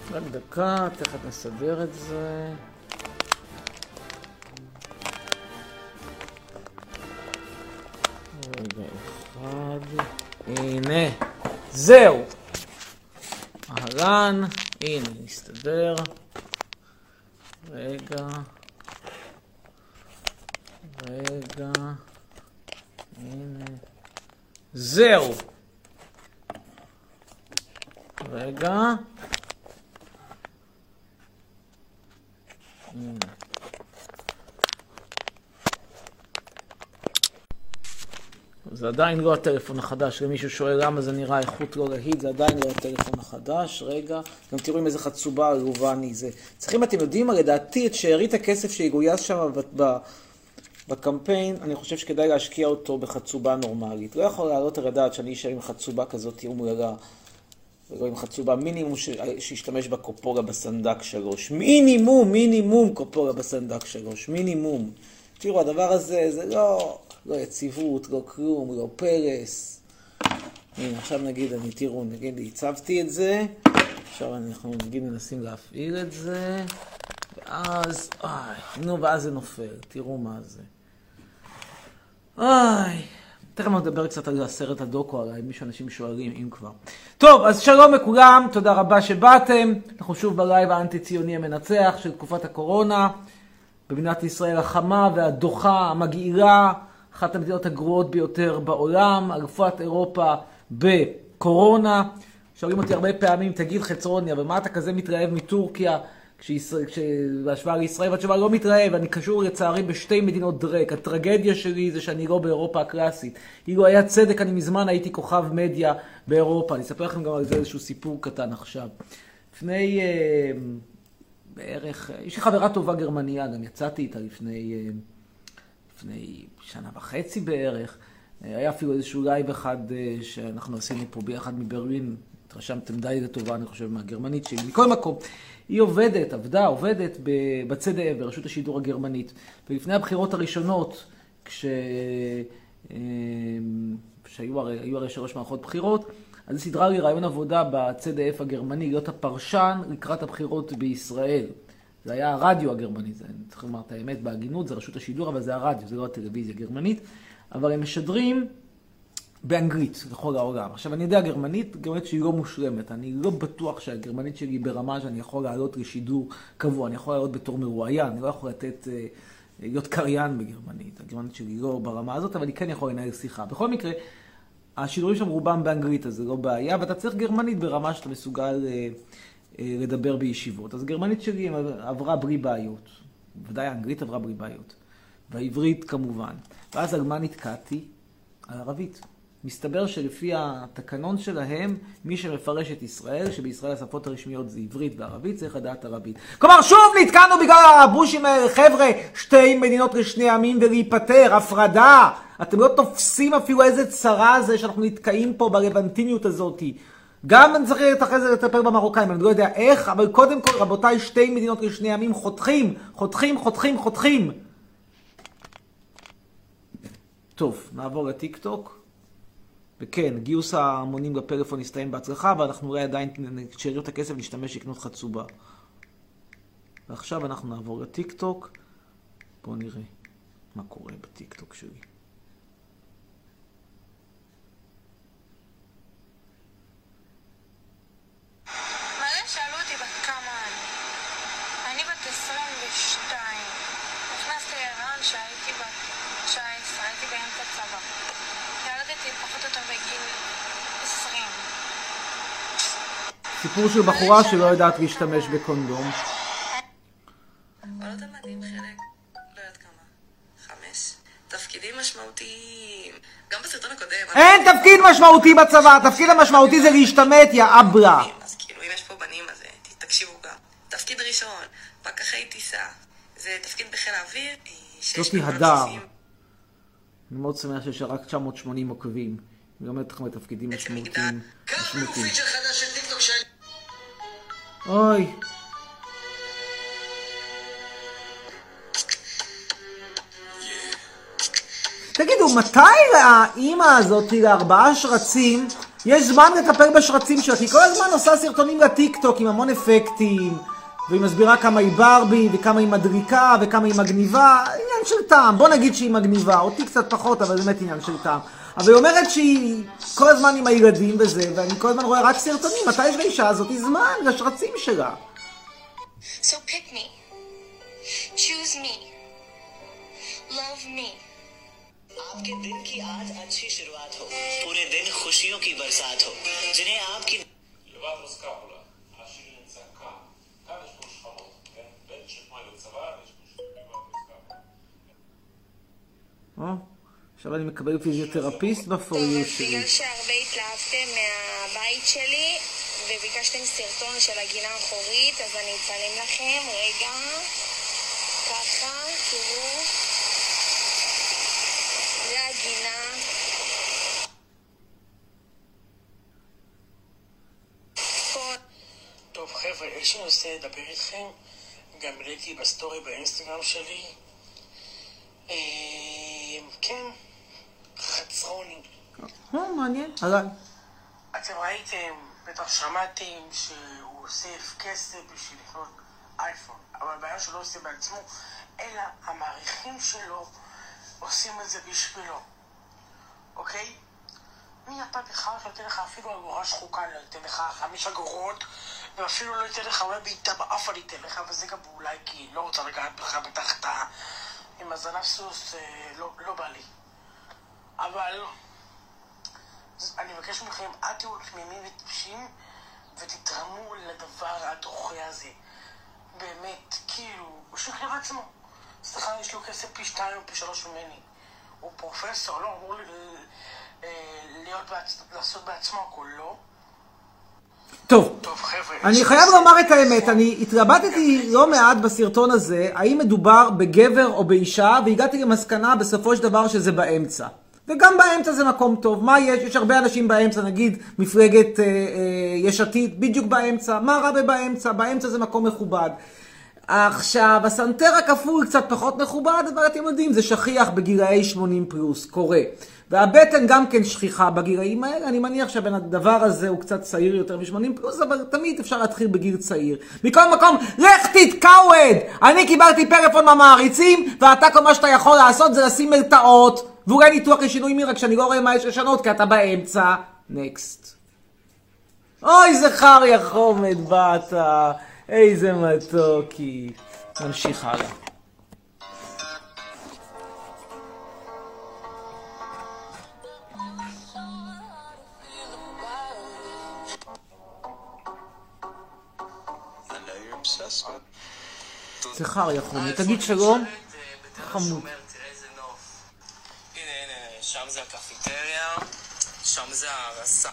רק דקה, תכף נסדר את זה. רגע אחד. הנה, זהו. אהלן, הנה, נסתדר. רגע. הנה. זהו. רגע. זה עדיין לא הטלפון החדש, למישהו שואל למה זה נראה איכות לא להיט, זה עדיין לא הטלפון החדש, רגע, גם תראו עם איזה חצובה רובני זה. צריכים, אתם יודעים מה, לדעתי את שארית הכסף שיגויס שם בקמפיין, אני חושב שכדאי להשקיע אותו בחצובה נורמלית. לא יכול לעלות לדעת שאני אשאר עם חצובה כזאת אומללה, ולא עם חצובה מינימום שישתמש בקופורה בסנדק 3. מינימום קופורה בסנדק 3, מינימום. תראו, הדבר הזה זה לא יציבות, לא כלום, לא פרס. הנה, עכשיו נגיד, נגיד, הצבתי את זה. עכשיו אנחנו נגיד מנסים להפעיל את זה. ואז, ואז זה נופל. תראו מה זה. תכף נדבר קצת על הסרט הדוקו עליי, מישהו אנשים שואלים, אם כבר. טוב, אז שלום לכולם, תודה רבה שבאתם. אנחנו שוב בלייב האנטי-ציוני המנצח של תקופת הקורונה. במדינת ישראל החמה והדוחה, המגעילה, אחת המדינות הגרועות ביותר בעולם, אלופת אירופה בקורונה. שואלים אותי הרבה פעמים, תגיד חצרוני, אבל מה אתה כזה מתרעב מטורקיה בהשוואה לישראל? והתשובה לא מתרעב, אני קשור לצערי בשתי מדינות דרק. הטרגדיה שלי זה שאני לא באירופה הקלאסית. אילו היה צדק, אני מזמן הייתי כוכב מדיה באירופה. אני אספר לכם גם על זה איזשהו סיפור קטן עכשיו. לפני בערך, יש לי חברה טובה גרמניה, גם יצאתי איתה לפני שנה וחצי בערך. היה אפילו איזשהו לייב אחד שאנחנו עשינו פה ביחד מברלין. התרשמתם די לטובה, אני חושב, מהגרמנית שלי. מכל מקום, היא עובדת בצדף, ברשות השידור הגרמנית. ולפני הבחירות הראשונות, שהיו הרי 3 מערכות בחירות, אז היא סדרה לי רעיון עבודה בצדף הגרמני, להיות הפרשן לקראת הבחירות בישראל. זה היה הרדיו הגרמני, אני צריך לומר את האמת בהגינות, זה רשות השידור, אבל זה הרדיו, זה לא הטלוויזיה הגרמנית. אבל הם משדרים באנגלית לכל העולם. עכשיו, אני יודע גרמנית שהיא לא מושלמת. אני לא בטוח שהגרמנית שלי ברמה שאני יכול לעלות לשידור קבוע. אני יכול לעלות בתור מרואיין, אני לא יכול להיות קריין בגרמנית. הגרמנית שלי לא ברמה הזאת, אבל אני כן יכול לנהל שיחה. בכל מקרה, השידורים שם רובם באנגלית, אז זה לא בעיה, ואתה צריך גרמנית ברמה שאתה מסוגל לדבר בישיבות. אז הגרמנית שלי עברה בלי בעיות. ודאי האנגלית עברה בלי בעיות. והעברית כמובן. ואז על מה נתקעתי? על ערבית. מסתבר שלפי התקנון שלהם, מי שמפרש את ישראל, שבישראל השפות הרשמיות זה עברית וערבית, צריך לדעת ערבית. כלומר, שוב נתקענו בגלל הבושים האלה, חבר'ה, 2 מדינות לשני עמים ולהיפטר, הפרדה. אתם לא תופסים אפילו איזה צרה זה שאנחנו נתקעים פה ברבנטיניות הזאת. גם אני צריך אחרי זה לטפל במרוקאים, אני לא יודע איך, אבל קודם כל, רבותיי, 2 מדינות לשני עמים חותכים. טוב, נעבור לטיק-טוק. וכן, גיוס ההמונים בפלאפון הסתיים בהצלחה, ואנחנו אולי עדיין נשאריות הכסף נשתמש לקנות חצובה. ועכשיו אנחנו נעבור לטיק-טוק. בואו נראה מה קורה בטיק-טוק שלי. מלא שאלו אותי בת כמה אני בת 22. נכנסתי להיריון שהייתי בת 19, הייתי באמצע צבא. ילדתי פחות או יותר בגיל 20. סיפור של בחורה שלא יודעת להשתמש בקונדום. אבל אתה מדהים חלק, לא יודעת כמה, 5 תפקידים משמעותיים. גם בסרטון הקודם אין תפקיד משמעותי בצבא, התפקיד המשמעותי זה להשתמט, יא אברה. אז כאילו אם יש פה בנים אז תקשיבו גם. תפקיד ראשון, פקחי טיסה. זה תפקיד בחיל האוויר. זאתי הדר. אני מאוד שמח שיש רק 980 עוקבים. אני לומד אתכם בתפקידים משמעותיים. אוי. תגידו, מתי האמא הזאת ל4 שרצים יש זמן לטפל בשרצים שלה, כי כל הזמן עושה סרטונים לטיק טוק עם המון אפקטים, והיא מסבירה כמה היא ברבי, וכמה היא מדריקה, וכמה היא מגניבה, עניין של טעם, בוא נגיד שהיא מגניבה, אותי קצת פחות, אבל באמת עניין של טעם. אבל היא אומרת שהיא כל הזמן עם הילדים וזה, ואני כל הזמן רואה רק סרטונים, מתי יש לאישה הזאת זמן לשרצים שלה? So pick me. Choose me. Love me. आपके दिन की आज अच्छी शुरुआत हो, पूरे दिन खुशियों की बरसात हो, जिन्हें आपकी לבד מוסקפולה, השיר נמצא כאן, כאן יש פה שכבות, כן? בין שכמה לצבא, יש פה לבד מוסקפולה. עכשיו אני מקבל פיזיותרפיסט בפוריו שלי. בגלל שהרבה התלהבתם מהבית שלי, וביקשתם סרטון של הגינה האחורית, אז אני אצלם לכם, רגע, ככה, תראו, זה הגינה. טוב חבר'ה, יש לי נושא לדבר איתכם, גם העליתי בסטורי באינסטגרם שלי. כן, חצרוני. מעניין, עליי. אתם ראיתם, בטח שמעתם שהוא אוסף כסף בשביל לקנות אייפון, אבל הבעיה שלא עושה בעצמו, אלא המעריכים שלו עושים את זה בשבילו, אוקיי? מי אתה בכלל לא ייתן לך אפילו אגורה שחוקה, לא ייתן לך 5 אגורות, ואפילו לא ייתן לך אולי בעיטה באף, אני אתן לך, וזה גם אולי כי לא רוצה לגעת בך בתחתה עם הזנב סוס, לא בא לי. אבל אני מבקש מכם, אל תהיו תמימים וטיפשים ותתרמו לדבר הדוחה הזה. באמת, כאילו, הוא שוקר עצמו. סליחה, יש לו כסף פי 2 או פי 3 ממני. הוא פרופסור, לא אמור לעשות בעצמו הכל, לא? טוב, חבר'ה, אני חייב לומר את האמת, אני התלבטתי לא מעט בסרטון הזה, האם מדובר בגבר או באישה, והגעתי למסקנה בסופו של דבר שזה באמצע. וגם באמצע זה מקום טוב. מה יש? יש הרבה אנשים באמצע, נגיד מפלגת יש עתיד, בדיוק באמצע. מה רע באמצע? באמצע זה מקום מכובד. עכשיו, הסנטר הכפול קצת פחות מכובד, אבל אתם יודעים, זה שכיח בגילאי 80 פלוס, קורה. והבטן גם כן שכיחה בגילאים האלה, אני מניח שהבן הדבר הזה הוא קצת צעיר יותר מ-80 פלוס, אבל תמיד אפשר להתחיל בגיל צעיר. מכל מקום, לך תתקעווד! אני קיבלתי פלאפון מהמעריצים, ואתה כל מה שאתה יכול לעשות זה לשים מלטעות, ואולי ניתוח לשינוי מין, רק שאני לא רואה מה יש לשנות, כי אתה באמצע. נקסט. אוי, זה חריה חומד, באת. איזה מתוקי. נמשיך הלאה. זה חריה חומד. תגיד שלום. חמוד. שם זה הקפיטריה, שם זה הרסה.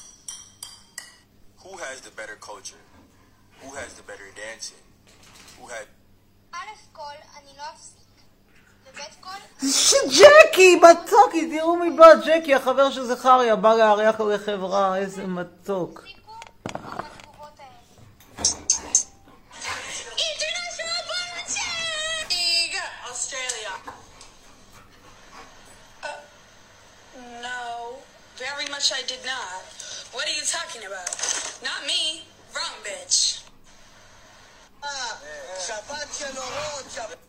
Who has the better culture? Who has the better dancing? Who had... א' כל, אני לא אפסיק. וב' כל, ג'קי, מתוקי, תראו מי בא, ג'קי, החבר של זכריה, בא לארח לו לחברה, איזה מתוק. תפסיקו עם התגובות האלה. International Partnership! League, Australia. No, very much I did not. What are you talking about? Not me. Wrong bitch. שבת של אורות,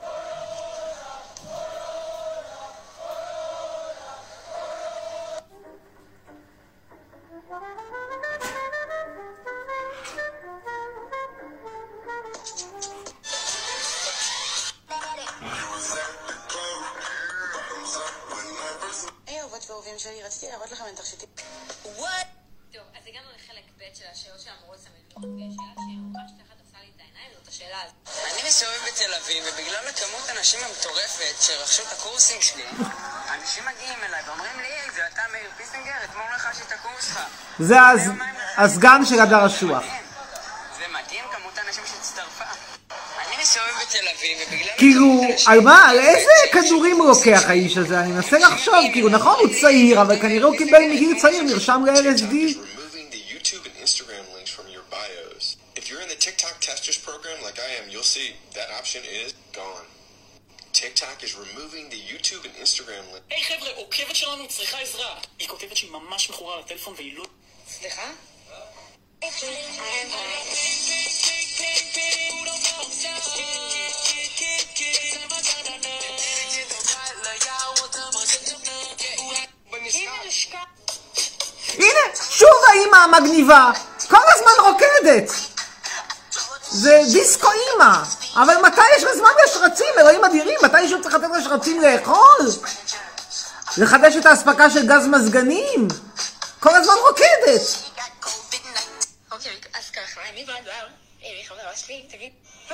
היי אהובות ואהובים שלי, רציתי להראות לכם את תכשיטים. What? טוב, אז הגענו לחלק ב' של השאלות של המורות המלוות, והשאלה שממש תחת עושה לי את העיניים זאת השאלה הזאת. אני מסתובב בתל אביב, ובגלל הכמות הנשים המטורפת שרכשו את הקורסים שלי, אנשים מגיעים אליי ואומרים לי, זה אתה מאיר פיסינגר, אתמול רכשתי את הקורס שלך. זה הסגן של הדר אשוח. זה מדהים כמות האנשים שהצטרפה. אני מסתובב בתל אביב, ובגלל... כאילו, על מה? על איזה כדורים הוא לוקח האיש הזה? אני מנסה לחשוב, כאילו, נכון, הוא צעיר, אבל כנראה הוא קיבל מגיל צעיר, נרשם ל-LSD. Removing the YouTube and Instagram links from your bios. If you're in the TikTok testers program like I am, you'll see that option is gone. TikTok is removing the YouTube and Instagram links. היי חבר'ה, עוקבת שלנו צריכה עזרה. היא כותבת שהיא ממש מכורה לטלפון והיא לא... סליחה? הנה, שוב האמא המגניבה, כל הזמן רוקדת. זה דיסקו אמא, אבל מתי יש לה זמן לשרצים? אלוהים אדירים, מתי אישהו צריך לתת לשרצים לאכול? לחדש את ההספקה של גז מזגנים? כל הזמן רוקדת. אוקיי, אז ככה, אני בעבר, חברה שלי, תגיד.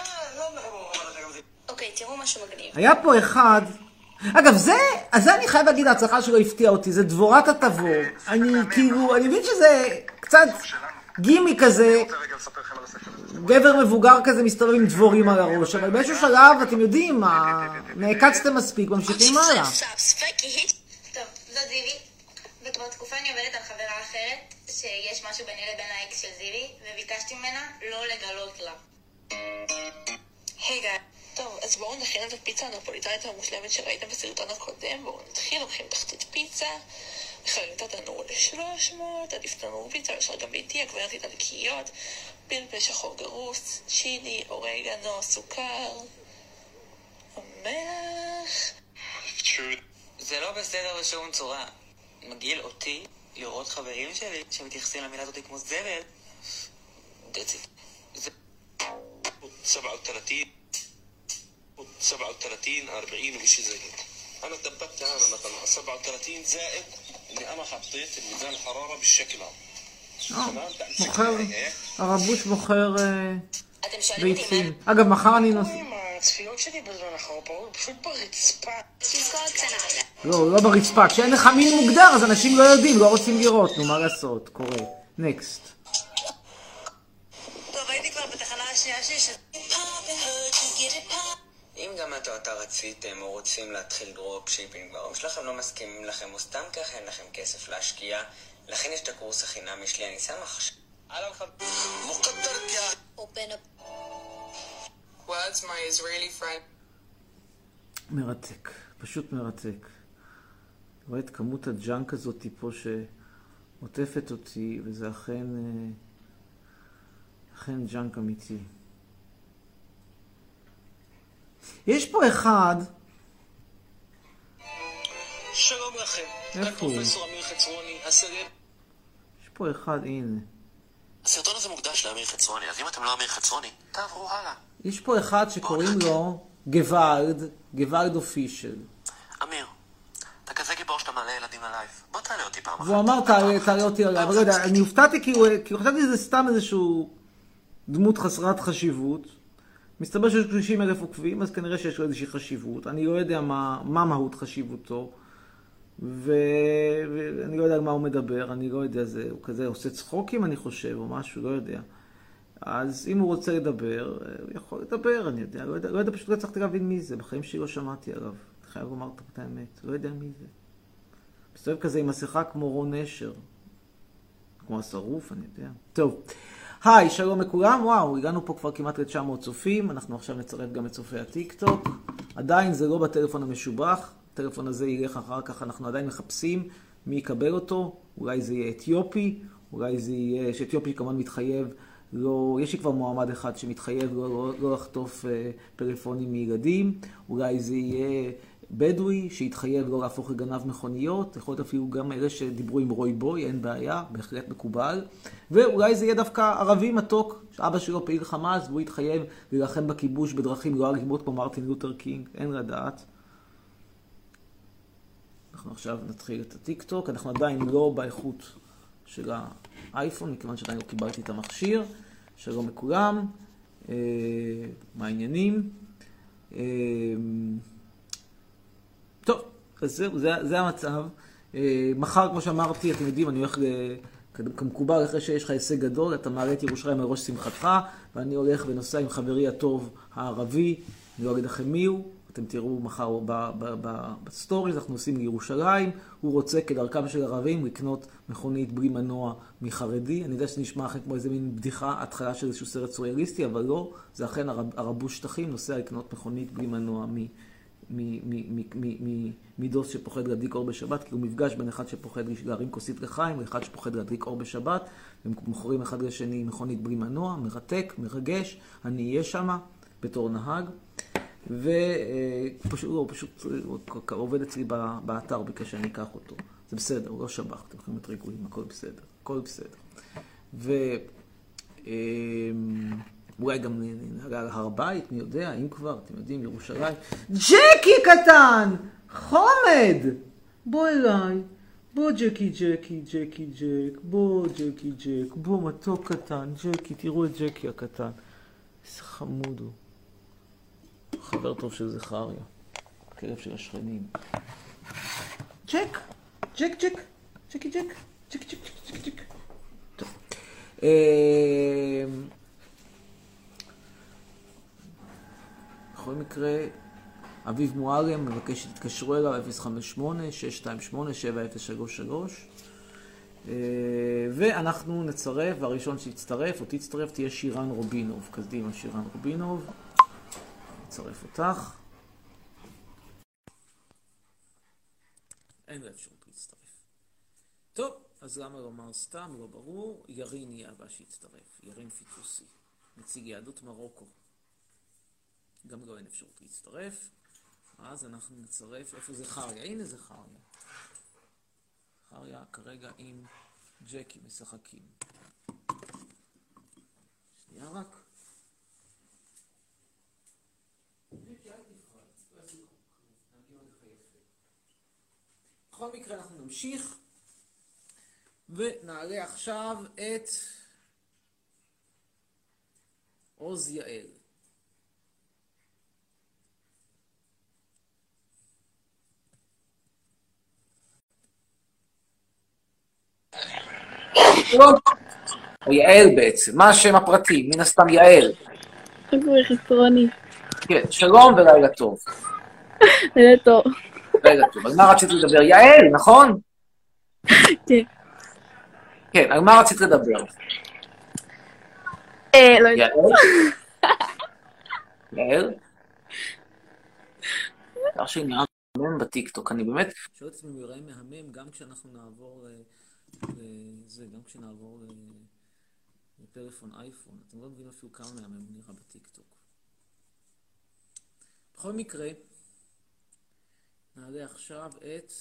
אוקיי, תראו משהו מגניב. היה פה אחד, אגב, זה אני חייב להגיד, ההצלחה שלו הפתיעה אותי, זה דבורת התבור. אני מבין שזה קצת גימי כזה, גבר מבוגר כזה מסתובב עם דבורים על הראש, אבל באיזשהו שלב, אתם יודעים, נעקצתם מספיק, ממשיכים הלאה. טוב, זאת זיוי, וכבר תקופה אני עובדת על חברה אחרת, שיש משהו ביני לבין האקס של זיוי, וביקשתי ממנה לא לגלות לה. היי גיא. טוב, אז בואו נכין את הפיצה הנפוליטנית המושלמת שראיתם בסרטון הקודם. בואו נתחיל, לוקחים תחתית פיצה, מחלקים את התנור ל-300, עדיף תנור פיצה, אפשר גם ביתי, עגבניות איטלקיות, פלפל שחור גרוס, צ'ילי, אורגנו, סוכר, המלח. זה לא בסדר בשום צורה. מגעיל אותי לראות חברים שלי שמתייחסים למילה הזאת כמו זבל. דצית. זה 37 40 وشي زي هيك. انا دبتها انا مثلا 37 زائد اني انا حطيت الميزان الحراره بالشكل هذا. מוכר, הרבוש מוכר אתם שואלים אותי ביצים. אגב, מחר אני נוסע. הצפיות שלי בזמן האחרון פה, פשוט ברצפה. תזכורת קטנה. לא ברצפה. כשאין לך מין מוגדר, אז אנשים לא יודעים, לא רוצים לראות. נו, מה לעשות? קורה. נקסט. טוב, הייתי כבר בתחנה השנייה שיש... אם גם אתה רציתם או רוצים להתחיל דרופ שיפינג וההורים שלכם לא מסכימים לכם או סתם ככה אין לכם כסף להשקיע, לכן יש את הקורס החינמי שלי, אני שם עכשיו. Words my Israeli friend. מרתק, פשוט מרתק. רואה את כמות הג'אנק הזאת פה שעוטפת אותי, וזה אכן ג'אנק אמיתי. יש פה אחד. שלום לכם. כאן פרופסור אמיר חצרוני, יש פה אחד, הנה. הסרטון הזה מוקדש לאמיר חצרוני, אז אם אתם לא אמיר חצרוני, תעברו הלאה. יש פה אחד שקוראים לו גוואלד אופישל. אמיר, אתה כזה גיבור שאתה מעלה ילדים ללייב. בוא תעלה אותי פעם אחת. והוא אמר תעלה אותי ללייב. אבל לא יודע, אני הופתעתי כי חשבתי שזה סתם איזשהו דמות חסרת חשיבות. מסתבר שיש 30,000 עוקבים, אז כנראה שיש לו איזושהי חשיבות. אני לא יודע מה מהות חשיבותו. ואני לא יודע על מה הוא מדבר, אני לא יודע, הוא כזה עושה צחוקים אני חושב, או משהו, לא יודע. אז אם הוא רוצה לדבר, הוא יכול לדבר, אני יודע, לא יודע, פשוט לא הצלחתי להבין מי זה, בחיים שלי לא שמעתי עליו, אני חייב לומר את האמת, לא יודע מי זה. מסתובב כזה עם מסכה כמו רון נשר, כמו השרוף, אני יודע. טוב, היי, שלום לכולם, וואו, הגענו פה כבר כמעט ל-900 צופים, אנחנו עכשיו נצרף גם את צופי הטיק טוק, עדיין זה לא בטלפון המשובח, הטלפון הזה ילך אחר כך, אנחנו עדיין מחפשים מי יקבל אותו, אולי זה יהיה אתיופי, אולי זה יהיה, שאתיופי כמובן מתחייב, לא, יש לי כבר מועמד אחד שמתחייב לא לחטוף פלאפונים מילדים, אולי זה יהיה בדואי שיתחייב לא להפוך לגנב מכוניות, יכול להיות אפילו גם אלה שדיברו עם רוי בוי, אין בעיה, בהחלט מקובל, ואולי זה יהיה דווקא ערבי מתוק, שאבא שלו פעיל חמאס, והוא יתחייב להילחם בכיבוש בדרכים לא אלימות כמו מרטין לותר קינג, אין לדעת. אנחנו עכשיו נתחיל את הטיק טוק, אנחנו עדיין לא באיכות של האייפון, מכיוון שעדיין לא קיבלתי את המכשיר. שלום לכולם, מה העניינים? טוב, אז זהו, זה המצב. מחר, כמו שאמרתי, אתם יודעים, אני הולך כמקובל אחרי שיש לך הישג גדול, אתה מעלה את ירושלים מראש שמחתך, ואני הולך ונוסע עם חברי הטוב הערבי, אני לא אגיד לכם מי הוא, אתם תראו מחר בסטוריז, אנחנו נוסעים לירושלים, הוא רוצה כדרכם של ערבים לקנות מכונית בלי מנוע מחרדי, אני יודע שנשמע לכם כמו איזה מין בדיחה, התחלה של איזשהו סרט סוריאליסטי, אבל לא, זה אכן הרבוש שטחים, נוסע לקנות מכונית בלי מנוע מדוס שפוחד להדליק אור בשבת, כי הוא מפגש בין אחד שפוחד להרים כוסית לחיים, ואחד שפוחד להדליק אור בשבת, והם מוכרים אחד לשני מכונית בלי מנוע, מרתק, מרגש, אני אהיה שמה בתור נהג, הוא פשוט עובד אצלי באתר, ביקש שאני אקח אותו. זה בסדר, הוא לא שבח, אתם יכולים להיות רגועים, הכל בסדר, הכל בסדר. אולי גם נהגה להר בית, מי יודע, אם כבר, אתם יודעים, ירושלים. ג'קי קטן! חומד! בוא אליי. בוא ג'קי, בוא ג'קי, בוא מתוק קטן, ג'קי, תראו את ג'קי הקטן. איזה חמוד הוא. חבר טוב של זכריה. כלב של השכנים. ג'ק! טוב. בכל מקרה, אביב מועלם מבקש שתתקשרו אליו 058-628-7033 ואנחנו נצרף, והראשון שיצטרף או תצטרף תהיה שירן רובינוב. קדימה שירן רובינוב, נצרף אותך. אין לה אפשרות להצטרף. טוב, אז למה לומר סתם, לא ברור. ירין יהיה הבא שיצטרף, ירין פיטוסי, נציג יהדות מרוקו. גם לא אין אפשרות להצטרף. אז אנחנו נצרף, איפה זכריה? הנה זכריה. זכריה כרגע עם ג'קי משחקים. שנייה רק. בכל מקרה אנחנו נמשיך ונעלה עכשיו את עוז יעל. או יעל בעצם, מה השם הפרטי? מן הסתם יעל. אגורי חצרוני. כן, שלום ולילה טוב. לילה טוב. לילה טוב, על מה רצית לדבר? יעל, נכון? כן. כן, על מה רצית לדבר? לא יודעת. יעל? דבר שלי נראה מהמם בטיקטוק, אני באמת שואל את עצמי הוא יראה מהמם גם כשאנחנו נעבור זה, גם כשנעבור לפלאפון אייפון. אתם לא מבינים אפילו כמה מהמם הוא נראה בטיקטוק. בכל מקרה, נעלה עכשיו את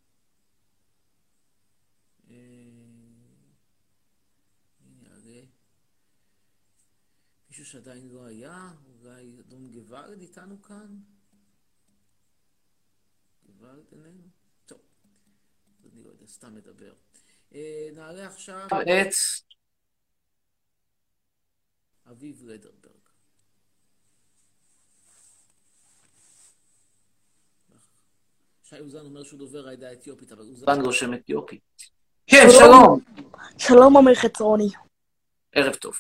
נעלה מישהו שעדיין לא היה, אולי אדום גוואלד איתנו כאן? גוואלד איננו? טוב, אני לא יודע, סתם מדבר. נעלה עכשיו את אביב לדרברג. שי אוזן אומר שהוא דובר העדה האתיופית, אבל אוזן לא שם אתיופי. כן, שלום. שלום אמיר חצרוני. ערב טוב.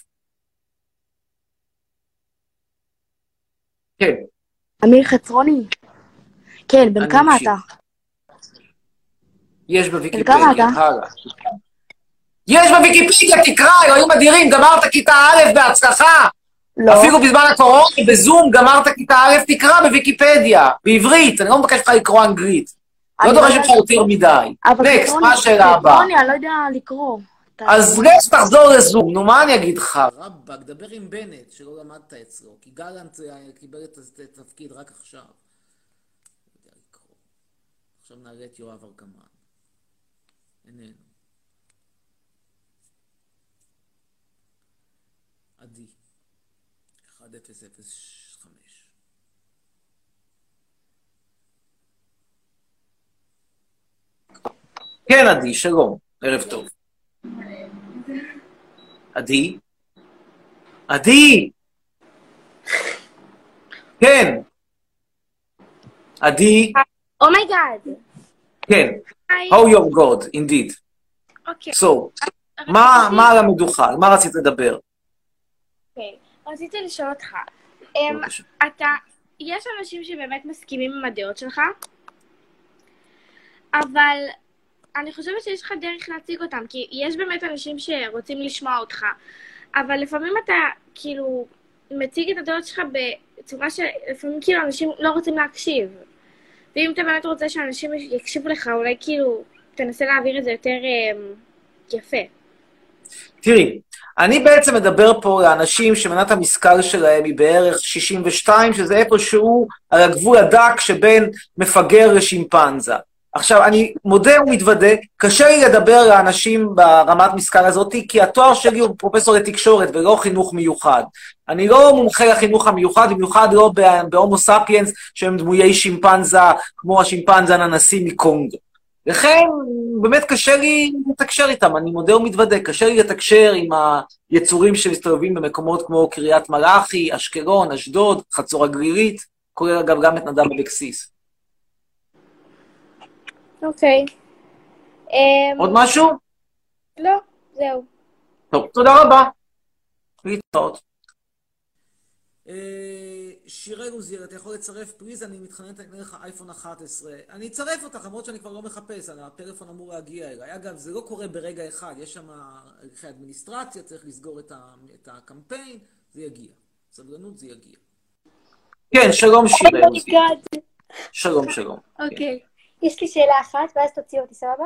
כן. אמיר חצרוני. כן, בן כמה אתה? יש בוויקיפדיה, הלאה. יש בוויקיפדיה, תקרא, אלוהים אדירים, גמרת כיתה א' בהצלחה. לא. אפילו בזמן הקורונה, בזום, גמרת כיתה א', תקרא בוויקיפדיה, בעברית, אני לא מבקש לך לקרוא אנגלית. לא דורש לך יותר מדי. נקסט, מה השאלה הבאה? אני לא יודע לקרוא. אז לך תחזור לזום, נו מה אני אגיד לך? רבק, דבר עם בנט, שלא למדת אצלו, כי גלנט קיבל את התפקיד רק עכשיו. עכשיו נעלה את יואב ארגמן. איננו. עדי. 1005. כן, עדי, שלום. ערב טוב. עדי? עדי! כן. עדי? אומייגאד. כן. How your God, indeed. אוקיי. So, מה על המדוכה? על מה רצית לדבר? אוקיי. רציתי לשאול אותך. יש אנשים שבאמת מסכימים עם הדעות שלך, אבל אני חושבת שיש לך דרך להציג אותם, כי יש באמת אנשים שרוצים לשמוע אותך, אבל לפעמים אתה כאילו מציג את הדעות שלך בצורה שלפעמים כאילו אנשים לא רוצים להקשיב. ואם אתה באמת רוצה שאנשים יקשיבו לך, אולי כאילו תנסה להעביר את זה יותר יפה. תראי, אני בעצם מדבר פה לאנשים שמנת המשכל שלהם היא בערך 62, שזה איפשהו על הגבול הדק שבין מפגר לשימפנזה. עכשיו, אני מודה ומתוודה, קשה לי לדבר לאנשים ברמת משכל הזאת, כי התואר שלי הוא פרופסור לתקשורת ולא חינוך מיוחד. אני לא מומחה לחינוך המיוחד, במיוחד לא בהומו ספיאנס, שהם דמויי שימפנזה, כמו השימפנזה הננסי מקונגו. לכן, באמת קשה לי לתקשר איתם, אני מודה ומתוודה, קשה לי לתקשר עם היצורים שמסתובבים במקומות כמו קריית מלאכי, אשקלון, אשדוד, חצור הגלילית, כולל אגב גם את נדב אבקסיס. אוקיי. עוד משהו? לא, זהו. טוב, תודה רבה. להתראות. שירי רוזיאל, אתה יכול לצרף פליז, אני מתחננת לך אייפון 11. אני אצרף אותך, למרות שאני כבר לא מחפש, הפלאפון אמור להגיע אליי. אגב, זה לא קורה ברגע אחד, יש שם הליכי אדמיניסטרציה, צריך לסגור את הקמפיין, זה יגיע. סבלנות, זה יגיע. כן, שלום שירי רוזיאל. שלום, שלום. אוקיי. יש לי שאלה אחת, ואז תוציא אותי, סבבה?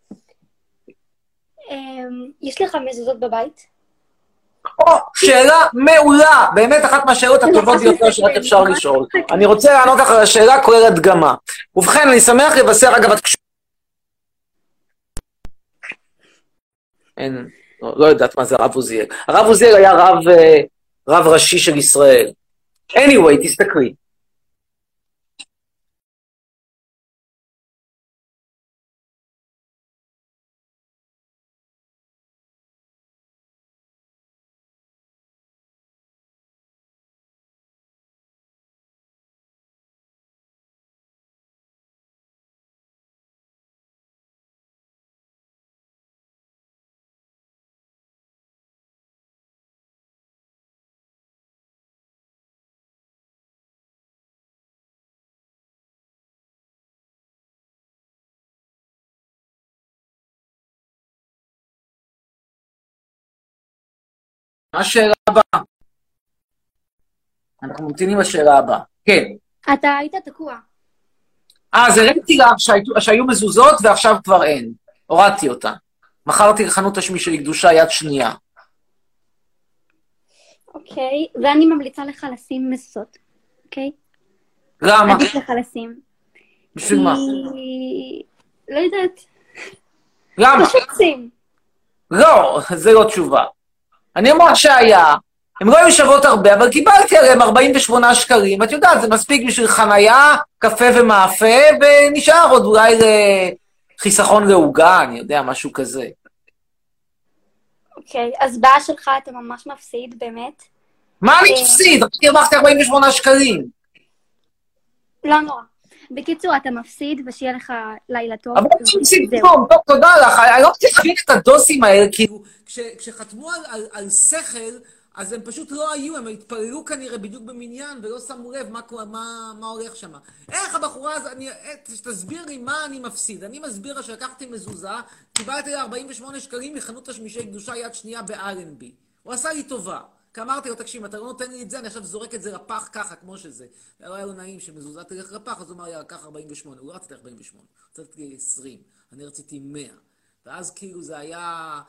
יש לך מזוזות בבית? שאלה מעולה, באמת אחת מהשאלות הטובות ביותר שרק אפשר לשאול. אני רוצה לענות לך על השאלה כולל הדגמה. ובכן, אני שמח לבשר, אגב, לא יודעת מה זה הרב עוזיאל. הרב עוזיאל היה רב ראשי של ישראל. anyway, תסתכלי. מה השאלה הבאה? אנחנו ממתינים לשאלה הבאה. כן. אתה היית תקוע. זה ראיתי לך שהיו מזוזות ועכשיו כבר אין. הורדתי אותה. מכרתי לחנות השמי שלי קדושה יד שנייה. אוקיי, ואני ממליצה לך לשים מזוזות. אוקיי? למה? עדיף לך לשים. בשביל מה? לא יודעת. למה? פשוט שים. לא, זה לא תשובה. אני אומר שהיה, הם לא היו שוות הרבה, אבל קיבלתי עליהם 48 שקלים, את יודעת, זה מספיק בשביל חנייה, קפה ומאפה, ונשאר עוד אולי לחיסכון לעוגה, אני יודע, משהו כזה. אוקיי, אז בעיה שלך אתה ממש מפסיד, באמת. מה אני מפסיד? רק הרווחתי 48 שקלים. לא נורא. בקיצור, אתה מפסיד, ושיהיה לך לילה טוב. אבל אני מפסיד טוב, תודה לך. אני לא צריך להבין את הדוסים האלה, כאילו, כשחתמו על שכל, אז הם פשוט לא היו, הם התפללו כנראה בדיוק במניין, ולא שמו לב מה הולך שם. איך הבחורה הזאת, תסביר לי מה אני מפסיד. אני מסביר לה שלקחתי מזוזה, קיבלתי לה 48 שקלים מחנות השמישי קדושה יד שנייה באלנבי. הוא עשה לי טובה. כי אמרתי לו, תקשיב, אתה לא נותן לי את זה, אני עכשיו זורק את זה לפח ככה, כמו שזה. לא היה לו נעים שמזוזה תלך לפח, אז הוא אמר, יאללה, קח 48. הוא לא רציתי 48, רציתי 20. אני רציתי 100. ואז כאילו זה היה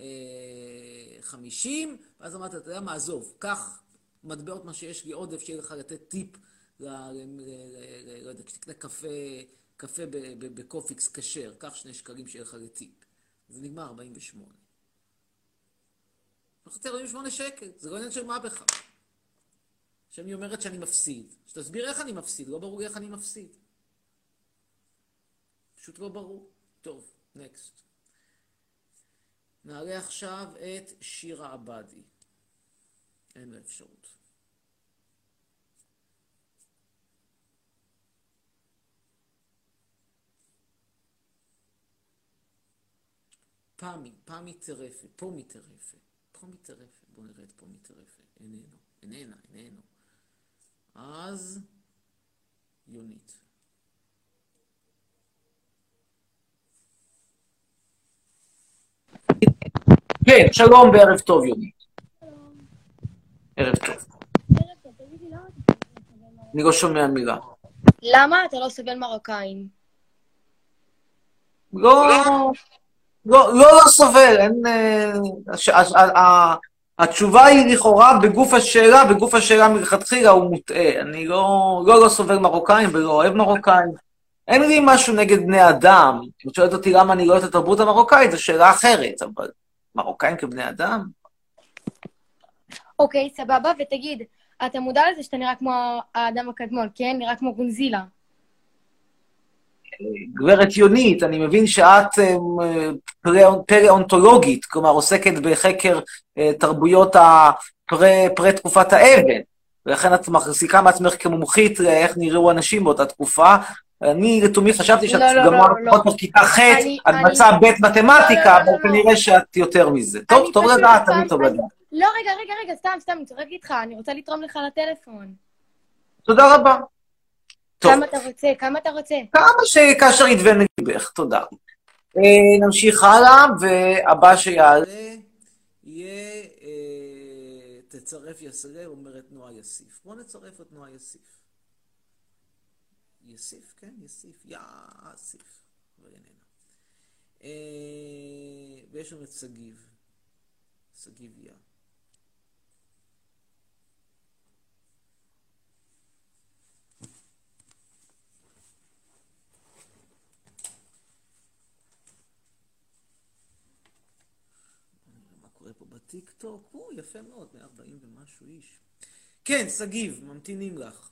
50, ואז אמרתי, אתה יודע מה, עזוב, קח מטבעות מה שיש לי עודף, שיהיה לך לתת טיפ, לא יודע, כשתקנה קפה בקופיקס כשר, קח 2 שקלים שיהיה לך לטיפ. זה נגמר 48. רציתי 48 שקל, זה לא עניין של מה בכלל. שאני אומרת שאני מפסיד. שתסביר איך אני מפסיד, לא ברור איך אני מפסיד. פשוט לא ברור. טוב, נקסט. נעלה עכשיו את שירה עבדי. אין לה אפשרות. פעמי טרפה, פה מטרפה. פה מטרפה, בואו נראה את פה מטרפה. איננו. אז יונית. כן, שלום וערב טוב יונית. ערב טוב. אני לא שומע מילה. למה אתה לא סובל מרוקאים? לא סובל, התשובה היא לכאורה בגוף השאלה מלכתחילה הוא מוטעה. אני לא סובל מרוקאים ולא אוהב מרוקאים. אין לי משהו נגד בני אדם. אם שואלת אותי למה אני לא אוהב את התרבות המרוקאית, זו שאלה אחרת, אבל מרוקאים כבני אדם? אוקיי, סבבה, ותגיד, אתה מודע לזה שאתה נראה כמו האדם הקדמון, כן? נראה כמו גונזילה. גברת יונית, אני מבין שאת פלאונטולוגית, כלומר עוסקת בחקר תרבויות פרה-תקופת האבן, ולכן את מחזיקה מעצמך כמומחית לאיך נראו אנשים באותה תקופה. אני לתומי חשבתי שאת גם פחות בכיתה ח', את מצאה בית מתמטיקה, אבל כנראה שאת יותר מזה. טוב לדעת, תמיד טוב לדעת. לא, רגע, סתם, אני צוחקת איתך, אני רוצה לתרום לך לטלפון. תודה רבה. כמה אתה רוצה? כמה שכאשר ידבן ליבך, תודה. נמשיך הלאה, והבא שיעלה יהיה תצרף יסלה, אומרת נועה יסיף. בוא נצרף את נועה יסיף. יסיף, כן? יסיף, יסיף. ויש לנו את סגיב. סגיביה. פה בטיקטוק, יפה מאוד, 140 ומשהו איש. כן, סגיב, ממתינים לך.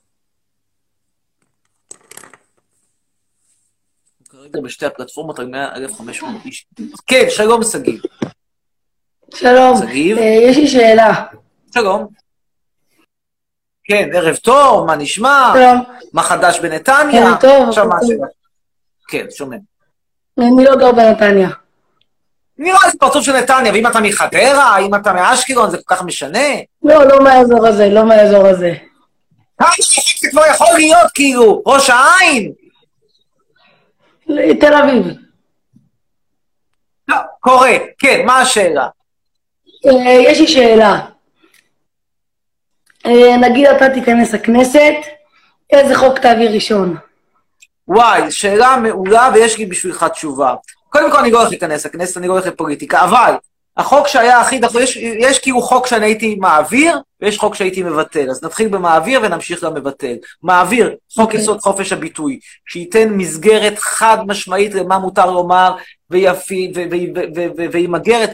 כרגע בשתי הפלטפורמות על 100,500 איש. כן, שלום סגיב. שלום, סגיב? יש לי שאלה. שלום. כן, ערב טוב, מה נשמע? שלום. מה חדש בנתניה? ערב טוב. כן, שומע. אני לא גר בנתניה. נראה לי פרצוף של נתניה, ואם אתה מחדרה, אם אתה מאשקלון, זה כל כך משנה? לא מהאזור הזה, לא מהאזור הזה. זה כבר יכול להיות כאילו, ראש העין? תל אביב. לא, קורה, כן, מה השאלה? יש לי שאלה. נגיד אתה תיכנס לכנסת, איזה חוק תעביר ראשון? וואי, שאלה מעולה ויש לי בשבילך תשובה. קודם כל אני לא הולך להיכנס לכנסת, אני לא הולך לפוליטיקה, אבל החוק שהיה הכי דחוף, יש כאילו חוק שאני הייתי מעביר, ויש חוק שהייתי מבטל. אז נתחיל במעביר ונמשיך למבטל. מעביר, חוק יסוד חופש הביטוי, שייתן מסגרת חד משמעית למה מותר לומר, וימגר את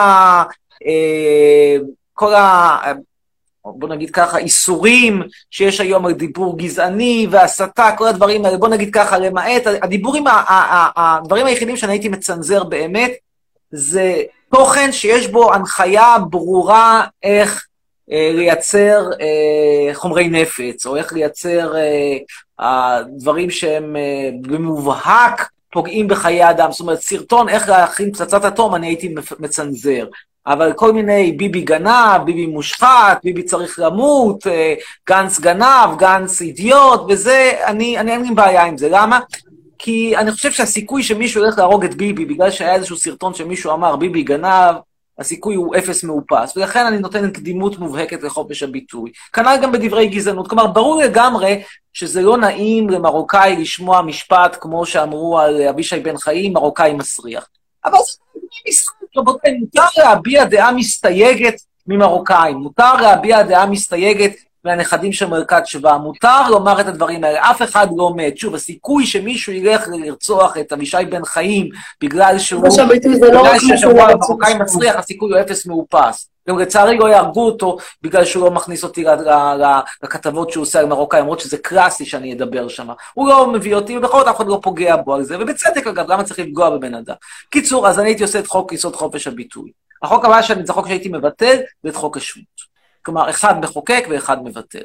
כל בוא נגיד ככה, איסורים שיש היום על דיבור גזעני והסתה, כל הדברים האלה, בוא נגיד ככה, למעט, הדיבורים, הדברים היחידים שאני הייתי מצנזר באמת, זה תוכן שיש בו הנחיה ברורה איך לייצר חומרי נפץ, או איך לייצר דברים שהם במובהק פוגעים בחיי אדם, זאת אומרת, סרטון איך להכין פצצת אטום, אני הייתי מצנזר. אבל כל מיני ביבי גנב, ביבי מושחת, ביבי צריך למות, גנץ גנב, גנץ אידיוט, וזה, אין לי בעיה עם זה. למה? כי אני חושב שהסיכוי שמישהו ילך להרוג את ביבי, בגלל שהיה איזשהו סרטון שמישהו אמר ביבי גנב, הסיכוי הוא אפס מאופס, ולכן אני נותן קדימות מובהקת לחופש הביטוי. כנ"ל גם בדברי גזענות, כלומר, ברור לגמרי שזה לא נעים למרוקאי לשמוע משפט, כמו שאמרו על אבישי בן חיים, מרוקאי מסריח. אבל רבותיי, מותר להביע דעה מסתייגת ממרוקאים, מותר להביע דעה מסתייגת מהנכדים של מרכז שווה, מותר לומר את הדברים האלה, אף אחד לא מת. שוב, הסיכוי שמישהו ילך לרצוח את אבישי בן חיים בגלל שהוא... בגלל ששבוע המרוקאי מצליח, הסיכוי הוא אפס מאופס. גם לצערי לא יהרגו אותו בגלל שהוא לא מכניס אותי לכתבות שהוא עושה על מרוקאי, למרות שזה קלאסי שאני אדבר שם. הוא לא מביא אותי, ובכל זאת אף אחד לא פוגע בו על זה, ובצדק אגב, למה צריך לפגוע בבן אדם? קיצור, אז אני הייתי עושה את חוק יסוד חופש הביטוי. החוק הבא שאני, זה חוק שהייתי מבטל, זה את חוק השבות. כלומר, אחד מחוקק ואחד מבטל.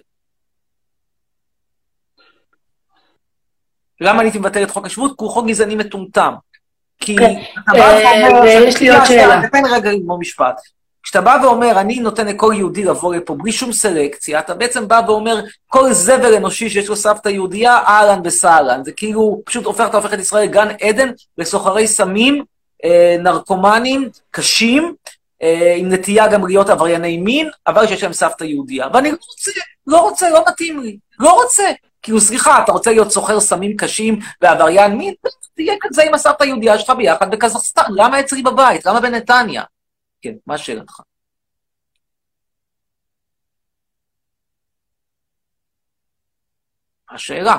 למה אני הייתי מבטל את חוק השבות? כי הוא חוק גזעני מטומטם. כי אתה בא ואומר... ויש לי עוד שאלה. תתן רגע לגמור משפט. כשאתה בא ואומר, אני נותן לכל יהודי לבוא לפה בלי שום סלקציה, אתה בעצם בא ואומר, כל זבל אנושי שיש לו סבתא יהודייה, אהלן וסהלן. זה כאילו, פשוט הופך את ישראל גן עדן לסוחרי סמים, נרקומנים, קשים, עם נטייה גם להיות עברייני מין, אבל שיש להם סבתא יהודייה. ואני לא רוצה, לא מתאים לי. לא רוצה. כאילו, סליחה, אתה רוצה להיות סוחר סמים קשים ועבריין מין? תהיה כזה עם הסבתא היהודייה שלך ביחד בקזחסטן. למה אצלי בבית? למה בנתניה? כן, מה שאלתך? השאלה.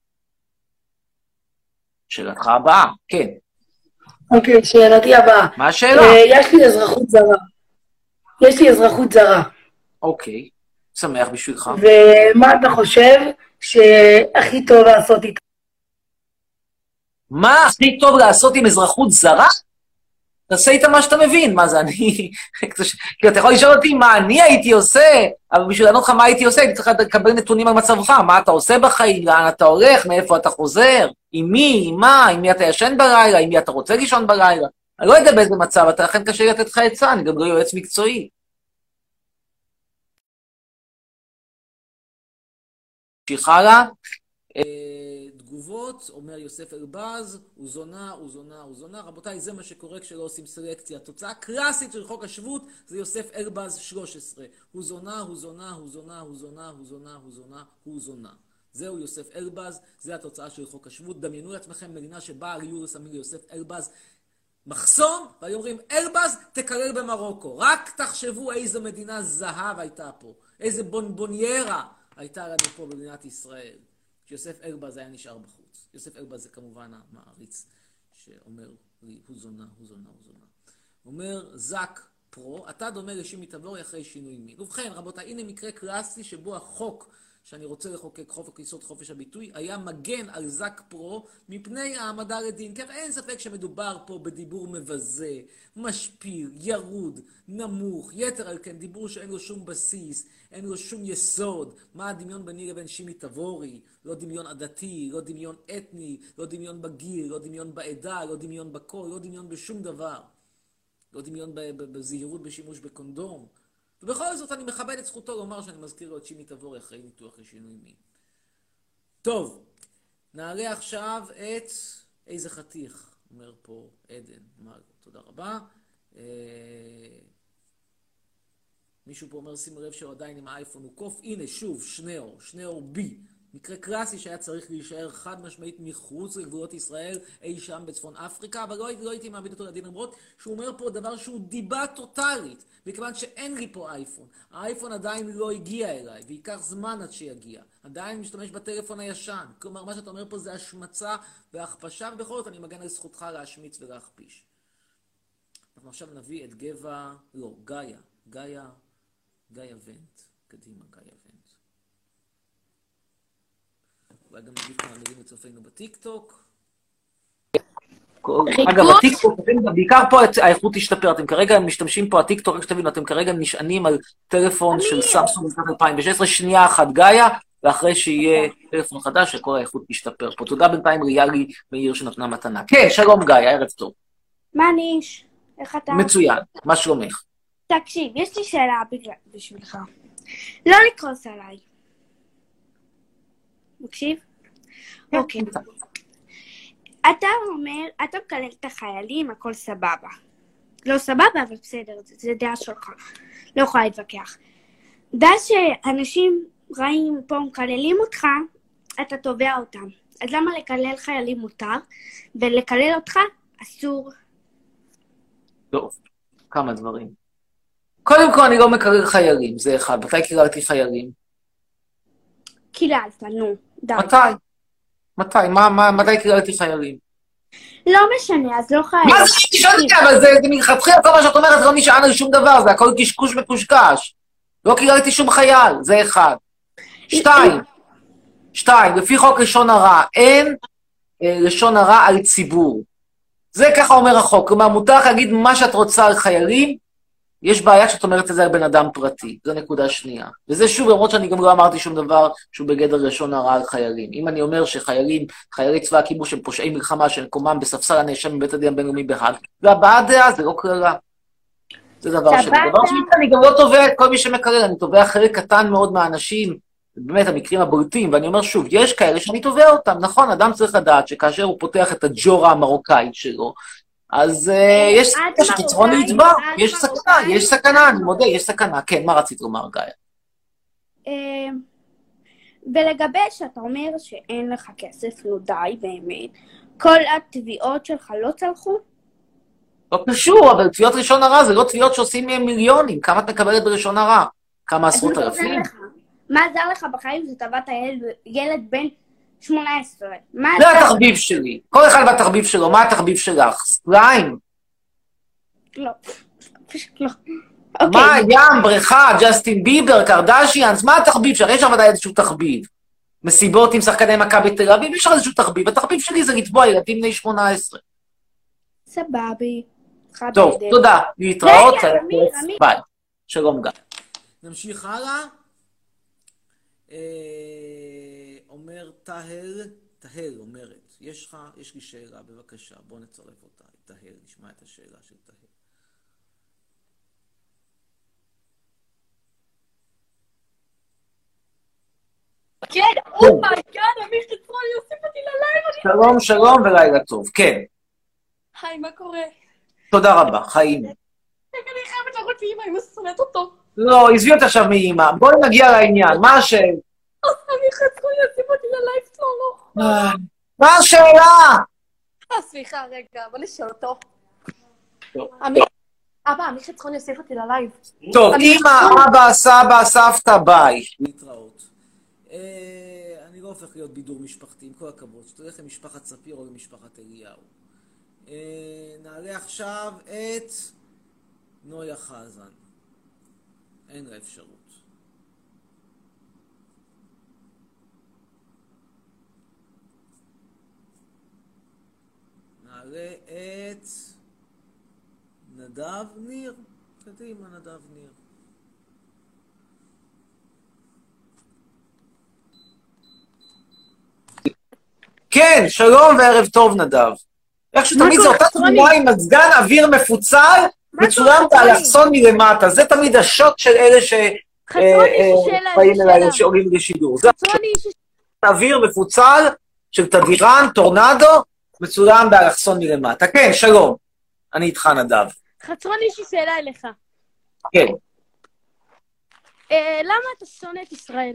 שאלתך הבאה, כן. אוקיי, שאלתי הבאה. מה השאלה? יש לי אזרחות זרה. יש לי אזרחות זרה. אוקיי, שמח בשבילך. ומה אתה חושב שהכי טוב לעשות איתה? מה הכי טוב לעשות עם אזרחות זרה? תעשה איתה מה שאתה מבין. מה זה, אני... כי אתה יכול לשאול אותי מה אני הייתי עושה, אבל בשביל לענות לך מה הייתי עושה, הייתי צריך לקבל נתונים על מצבך, מה אתה עושה בחיים, לאן אתה הולך, מאיפה אתה חוזר, עם מי, עם מה, עם מי אתה ישן בלילה, עם מי אתה רוצה לישון בלילה. אני לא יודע באיזה מצב, אתה לכן קשה לתת לך עצה, אני גם לא יועץ מקצועי. תמשיך הלאה. תגובות, אומר יוסף אלבז, הוא זונה, הוא זונה, הוא זונה. רבותיי, זה מה שקורה כשלא עושים סלקציה. התוצאה הקלאסית של חוק השבות זה יוסף אלבז 13. הוא זונה, הוא זונה, הוא זונה, הוא זונה, הוא זונה, הוא זונה, הוא זונה. זהו יוסף אלבז, זה התוצאה של חוק השבות. דמיינו לעצמכם מדינה שבה אריול שמים ליוסף אלבז מחסום, והיו אומרים, אלבז תקלל במרוקו. רק תחשבו איזו מדינה זהב הייתה פה. איזה בונבוניירה הייתה לנו פה במדינת ישראל. שיוסף אלבז היה נשאר בחוץ. יוסף אלבז זה כמובן המעריץ שאומר לי, הוא זונה, הוא זונה, הוא זונה. הוא אומר, זק פרו, אתה דומה לשימי תבורי אחרי שינוי מין. ובכן, רבותיי, הנה מקרה קלאסי שבו החוק שאני רוצה לחוקק, חוק יסוד חופש הביטוי, היה מגן על זק פרו מפני העמדה לדין. כי אין ספק שמדובר פה בדיבור מבזה, משפיל, ירוד, נמוך, יתר על כן, דיבור שאין לו שום בסיס, אין לו שום יסוד. מה הדמיון ביני לבין שימי תבורי? לא דמיון עדתי, לא דמיון אתני, לא דמיון בגיל, לא דמיון בעדה, לא דמיון בקול, לא דמיון בשום דבר. לא דמיון בזהירות בשימוש בקונדום. ובכל זאת אני מכבד את זכותו לומר שאני מזכיר לו את שימי תבורי אחרי ניתוח לשינוי מין. טוב, נעלה עכשיו את איזה חתיך, אומר פה עדן. תודה רבה. מישהו פה אומר, שימו לב שהוא עדיין עם האייפון הוא קוף. הנה, שוב, שניאור בי. מקרה קלאסי שהיה צריך להישאר חד משמעית מחוץ לגבולות ישראל, אי שם בצפון אפריקה, אבל לא הייתי מעמיד אותו לדין, למרות שהוא אומר פה דבר שהוא דיבה טוטלית, מכיוון שאין לי פה אייפון. האייפון עדיין לא הגיע אליי, וייקח זמן עד שיגיע. עדיין משתמש בטלפון הישן. כלומר, מה שאתה אומר פה זה השמצה והכפשה, ובכל זאת אני מגן על זכותך להשמיץ ולהכפיש. אנחנו עכשיו נביא את גאיה ונט. קדימה, גאיה ונט. אולי גם נגיד כמה מילים לצופינו בטיקטוק. אגב, הטיקטוק, בעיקר פה האיכות תשתפר. אתם כרגע משתמשים פה, הטיקטוק, רק שתבינו, אתם כרגע נשענים על טלפון של סמסונג משנת 2016, שנייה אחת גאיה, ואחרי שיהיה טלפון חדש, שכל האיכות תשתפר פה. תודה בינתיים ריאלי מאיר שנתנה מתנה. כן, שלום גאיה, ערב טוב. מה ניש? איך אתה? מצוין, מה שלומך? תקשיב, יש לי שאלה בשבילך. לא לקרוס עליי. מקשיב? אוקיי. אתה אומר, אתה מקלל את החיילים, הכל סבבה. לא סבבה, אבל בסדר, זה דעה שלך. לא יכולה להתווכח. דעה שאנשים רעים פה מקללים אותך, אתה תובע אותם. אז למה לקלל חיילים מותר, ולקלל אותך אסור? טוב, כמה דברים. קודם כל, אני לא מקלל חיילים, זה אחד. מתי קיללתי חיילים? קיללת, נו, די. מתי? מתי קיללתי חיילים? לא משנה, אז לא חייל. מה זה שתשאלתי? אבל זה מלכתחילה, כל מה שאת אומרת לא נשען על שום דבר, זה הכל קשקוש מקושקש. לא קיללתי שום חייל, זה אחד. שתיים, לפי חוק לשון הרע, אין לשון הרע על ציבור. זה ככה אומר החוק, כלומר מותר להגיד מה שאת רוצה על חיילים, יש בעיה שאת אומרת את זה על בן אדם פרטי, זו נקודה שנייה. וזה שוב, למרות שאני גם לא אמרתי שום דבר שהוא בגדר לשון הרע על חיילים. אם אני אומר שחיילי צבא הכיבוש הם פושעי מלחמה שמקומם בספסל הנאשם בבית הדין הבינלאומי בהאג, זה הבעת דעה, זה לא קללה. זה דבר שני. דבר שני, אני גם לא תובע את כל מי שמקלל, אני תובע חלק קטן מאוד מהאנשים, באמת המקרים הבולטים, ואני אומר שוב, יש כאלה שאני תובע אותם, נכון, אדם צריך לדעת שכאשר הוא פותח את הג'ורה המרוקאית שלו, אז יש שתצרון להתבע, יש סכנה, אני מודה, יש סכנה. כן, מה רצית לומר, גאיה? ולגבי שאתה אומר שאין לך כסף, לא די באמת, כל התביעות שלך לא צלחו? לא קשור, אבל תביעות ראשון הרע זה לא תביעות שעושים מהם מיליונים. כמה את מקבלת בראשון הרע? כמה עשרות אלפים? מה עזר לך בחיים שטבעת ילד בן 18? זה התחביב שלי. כל אחד והתחביב שלו. מה התחביב שלך? סליים? לא, פשוט לא. מה, ים, בריכה, ג'סטין ביבר, קרדשיאנס, מה התחביב שלך? יש עבודה איזשהו תחביב. מסיבות עם שחקני מכבי תל אביב, יש איזשהו תחביב. התחביב שלי זה לתבוע ילדים בני 18. סבבי. טוב, תודה. להתראות. ביי. שלום גם. נמשיך הלאה. אומר תהל אומרת, יש לי שאלה, בבקשה, בוא נצרף אותה. תהל, נשמע את השאלה של תהל. כן, אומייגאד, אמיר חצרוני יוסיף אותי ללייב. שלום ולילה טוב, כן. היי, מה קורה? תודה רבה, חיים. אני חייבת לרוץ לאמא, אמא שונאת אותו. לא, עזבי אותה עכשיו מאמא, בואי נגיע לעניין, מה השאלה? אמיר חצרוני יוסיף אותי ללייב צלולו. מה השאלה? סליחה, רגע, בוא נשאל אותו. אבא, אמיר חצרוני יוסיף אותי ללייב. טוב, אמא, אבא, סבא, סבתא, ביי. להתראות. אני לא הופך להיות בידור משפחתי, עם כל הכבוד. שתלך למשפחת ספיר או למשפחת אליהו. נעלה עכשיו את נויה חזן. אין לה אפשרות. נעלה את נדב ניר. קדימה, נדב ניר. כן, שלום וערב טוב נדב. איך שתמיד זה אותה תמונה עם מזגן אוויר מפוצל, מצולם באלכסון מלמטה. זה תמיד השוט של אלה שבאים אליי שעולים לשידור. זה אוויר מפוצל של תדירן, טורנדו, מצולם באלכסון מלמטה. כן, שלום. אני איתך נדב. חצרוני, יש לי שאלה אליך. כן. למה אתה שונא את ישראל?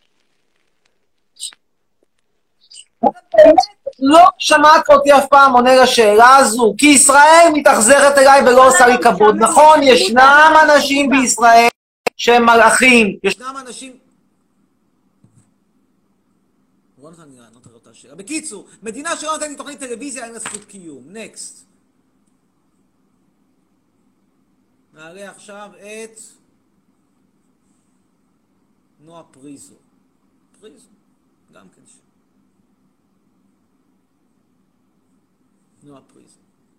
לא שמעת אותי אף פעם עונה לשאלה הזו, כי ישראל מתאכזרת אליי ולא עושה לי כבוד. נכון, ישנם אנשים בישראל שהם מלאכים. ישנם אנשים... בקיצור, מדינה שלא נותנת לי תוכנית טלוויזיה, אין לה זכות קיום. נקסט. נעלה עכשיו את נועה פריזו. פריזו, גם כן שם. נועה פריזו.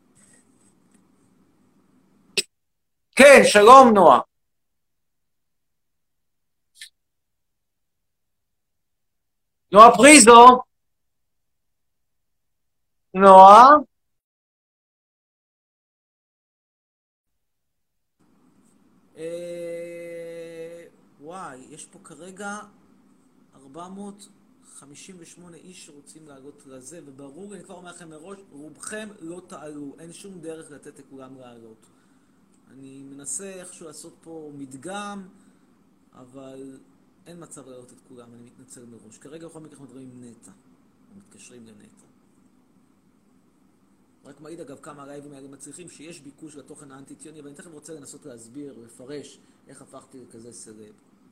כן, שלום נועה. נועה פריזו. נועה. וואי, יש פה כרגע 458 איש שרוצים לעלות לזה, וברור, אני כבר אומר לכם מראש, רובכם לא תעלו, אין שום דרך לתת לכולם לעלות. אני מנסה איכשהו לעשות פה מדגם, אבל אין מצב לעלות את כולם, אני מתנצל מראש. כרגע בכל מקרה אנחנו מדברים עם נטע, מתקשרים לנטע. רק מעיד אגב כמה הלייבים האלה מצליחים שיש ביקוש לתוכן האנטי-ציוני, אבל אני תכף רוצה לנסות להסביר, לפרש איך הפכתי לכזה סלב.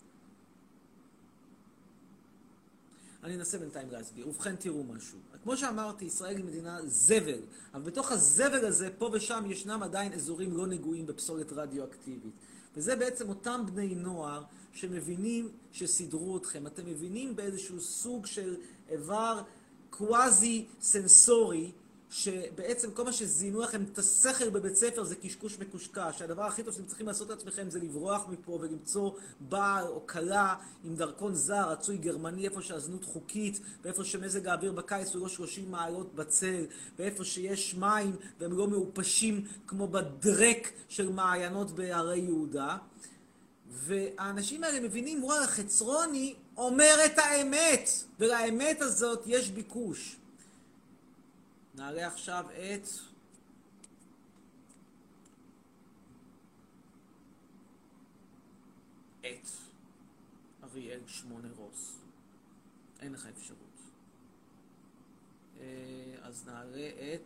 אני אנסה בינתיים להסביר. ובכן תראו משהו. כמו שאמרתי, ישראל היא מדינה זבל, אבל בתוך הזבל הזה, פה ושם ישנם עדיין אזורים לא נגועים בפסולת רדיואקטיבית. וזה בעצם אותם בני נוער שמבינים שסידרו אתכם. אתם מבינים באיזשהו סוג של איבר קוואזי סנסורי, שבעצם כל מה שזינו לכם את השכל בבית ספר זה קשקוש מקושקש. שהדבר הכי טוב שאתם צריכים לעשות לעצמכם זה לברוח מפה ולמצוא בעל או כלה עם דרכון זר, רצוי גרמני, איפה שהזנות חוקית, ואיפה שמזג האוויר בקיץ הוא לא 30 מעלות בצל, ואיפה שיש מים והם לא מעופשים כמו בדרק של מעיינות בהרי יהודה. והאנשים האלה מבינים, וואלה, חצרוני אומר את האמת, ולאמת הזאת יש ביקוש. נעלה עכשיו את אריאל 8 רוס. אין לך אפשרות. אז נעלה את...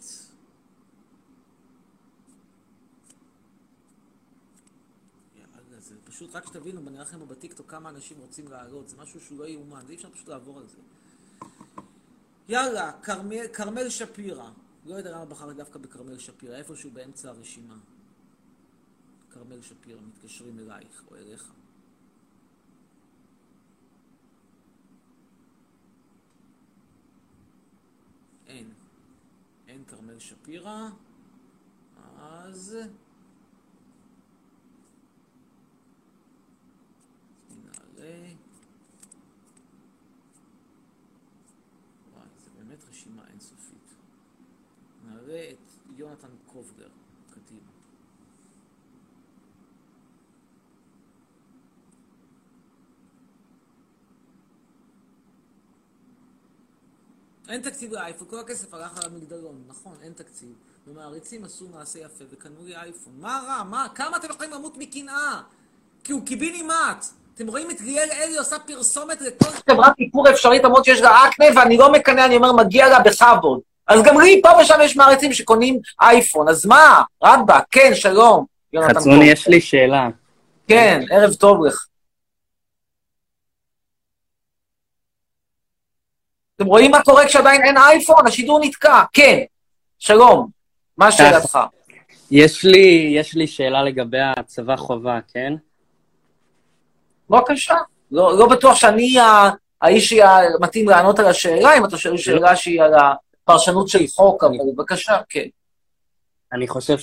יאללה, זה פשוט רק שתבינו, אני אראה לכם בטיקטוק כמה אנשים רוצים לעלות, זה משהו שהוא לא יאומן, זה אי אפשר פשוט לעבור על זה. יאללה, כרמל שפירא. לא יודע למה בחר דווקא בכרמל שפירא, איפשהו באמצע הרשימה. כרמל שפירא, מתקשרים אלייך או אליך. אין כרמל שפירא, אז נעלה. וואי, זה באמת רשימה אינסופית. נעלה את יונתן קובלר, קדימה. אין תקציב לאייפון, כל הכסף הלך על המגדלון, נכון, אין תקציב. ומעריצים עשו מעשה יפה וקנו לי אייפון. מה רע? מה? כמה אתם יכולים למות מקנאה? כי הוא קיבינימט. אתם רואים את ליאל אלי עושה פרסומת לכל חברת איפור אפשרית, למרות שיש לה אקנה, ואני לא מקנא, אני אומר, מגיע לה בכבוד. אז גם לי פה ושם יש מעריצים שקונים אייפון, אז מה? רבא, כן, שלום. חצרוני, יש לי שאלה. כן, ערב טוב לך. אתם רואים מה קורה כשעדיין אין אייפון? השידור נתקע. כן, שלום. מה שאלתך? יש לי שאלה לגבי הצבא חובה, כן? בבקשה. לא בטוח שאני האיש שמתאים לענות על השאלה, אם אתה שואל שאלה שהיא על הפרשנות של חוק, אבל בבקשה, כן. אני חושב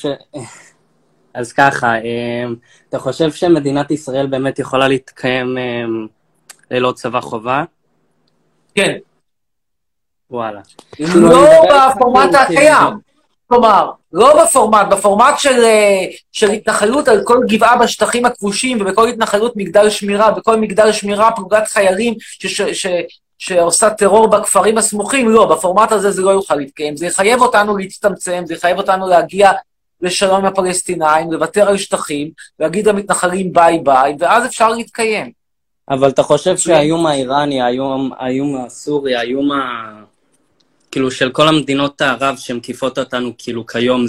אז ככה, אתה חושב שמדינת ישראל באמת יכולה להתקיים ללא צבא חובה? כן. וואלה. לא בפורמט הקיים. כלומר, לא בפורמט של התנחלות על כל גבעה בשטחים הכבושים, ובכל התנחלות מגדל שמירה, בכל מגדל שמירה פלוגת חיילים שעושה טרור בכפרים הסמוכים, לא, בפורמט הזה זה לא יוכל להתקיים. זה יחייב אותנו להצטמצם, זה יחייב אותנו להגיע לשלום עם הפלסטינאים, לוותר על שטחים, להגיד למתנחלים ביי ביי, ואז אפשר להתקיים. אבל אתה חושב שהאיום האיראני, האיום הסורי, האיום כאילו של כל המדינות הערב שמקיפות אותנו כאילו כיום,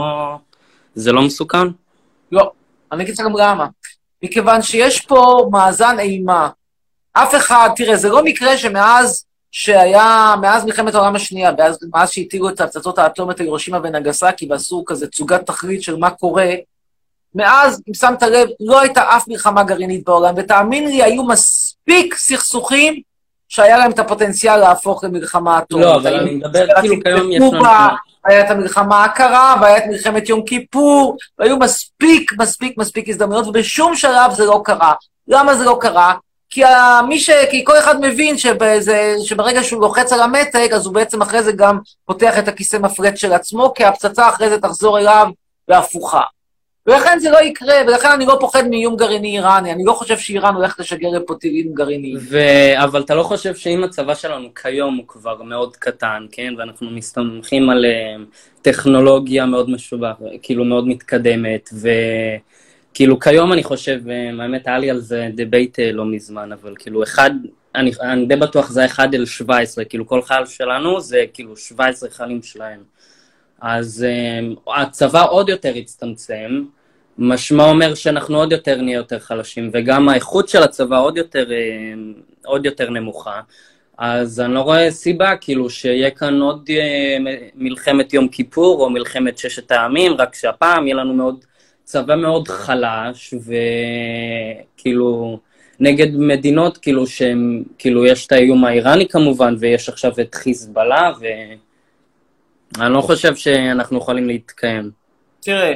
זה לא מסוכן? לא, אני אגיד לכם למה. מכיוון שיש פה מאזן אימה. אף אחד, תראה, זה לא מקרה שמאז מלחמת העולם השנייה, מאז שהטילו את הפצצות האטומיות הירושימה ונגסקי, ועשו כזה צוגת תכלית של מה קורה, מאז, אם שמת לב, לא הייתה אף מלחמה גרעינית בעולם, ותאמין לי, היו מספיק סכסוכים שהיה להם את הפוטנציאל להפוך למלחמה אטומית. לא, אבל אני מדבר כאילו כיום יש לנו... היה את המלחמה הקרה, והיה את מלחמת יום כיפור, והיו מספיק הזדמנויות, ובשום שלב זה לא קרה. למה זה לא קרה? כי כל אחד מבין שברגע שהוא לוחץ על המתג, אז הוא בעצם אחרי זה גם פותח את הכיסא מפרט של עצמו, כי הפצצה אחרי זה תחזור אליו והפוכה. ולכן זה לא יקרה, ולכן אני לא פוחד מאיום גרעיני איראני, אני לא חושב שאיראן הולכת לשגר לפה טילים גרעיניים. אבל אתה לא חושב שאם הצבא שלנו כיום הוא כבר מאוד קטן, כן? ואנחנו מסתמכים על טכנולוגיה מאוד משובחת, כאילו מאוד מתקדמת, וכאילו כיום אני חושב, האמת היה לי על זה דיבייט לא מזמן, אבל כאילו אני די בטוח זה 1/17, כאילו כל חייל שלנו זה כאילו 17 חיילים שלהם. אז הצבא עוד יותר הצטמצם, משמע אומר שאנחנו עוד יותר נהיה יותר חלשים, וגם האיכות של הצבא עוד יותר נמוכה, אז אני לא רואה סיבה כאילו שיהיה כאן עוד מלחמת יום כיפור, או מלחמת ששת הימים, רק שהפעם יהיה לנו צבא מאוד חלש, וכאילו נגד מדינות כאילו שהם, כאילו יש את האיום האיראני כמובן, ויש עכשיו את חיזבאללה, אני לא חושב שאנחנו יכולים להתקיים. תראה,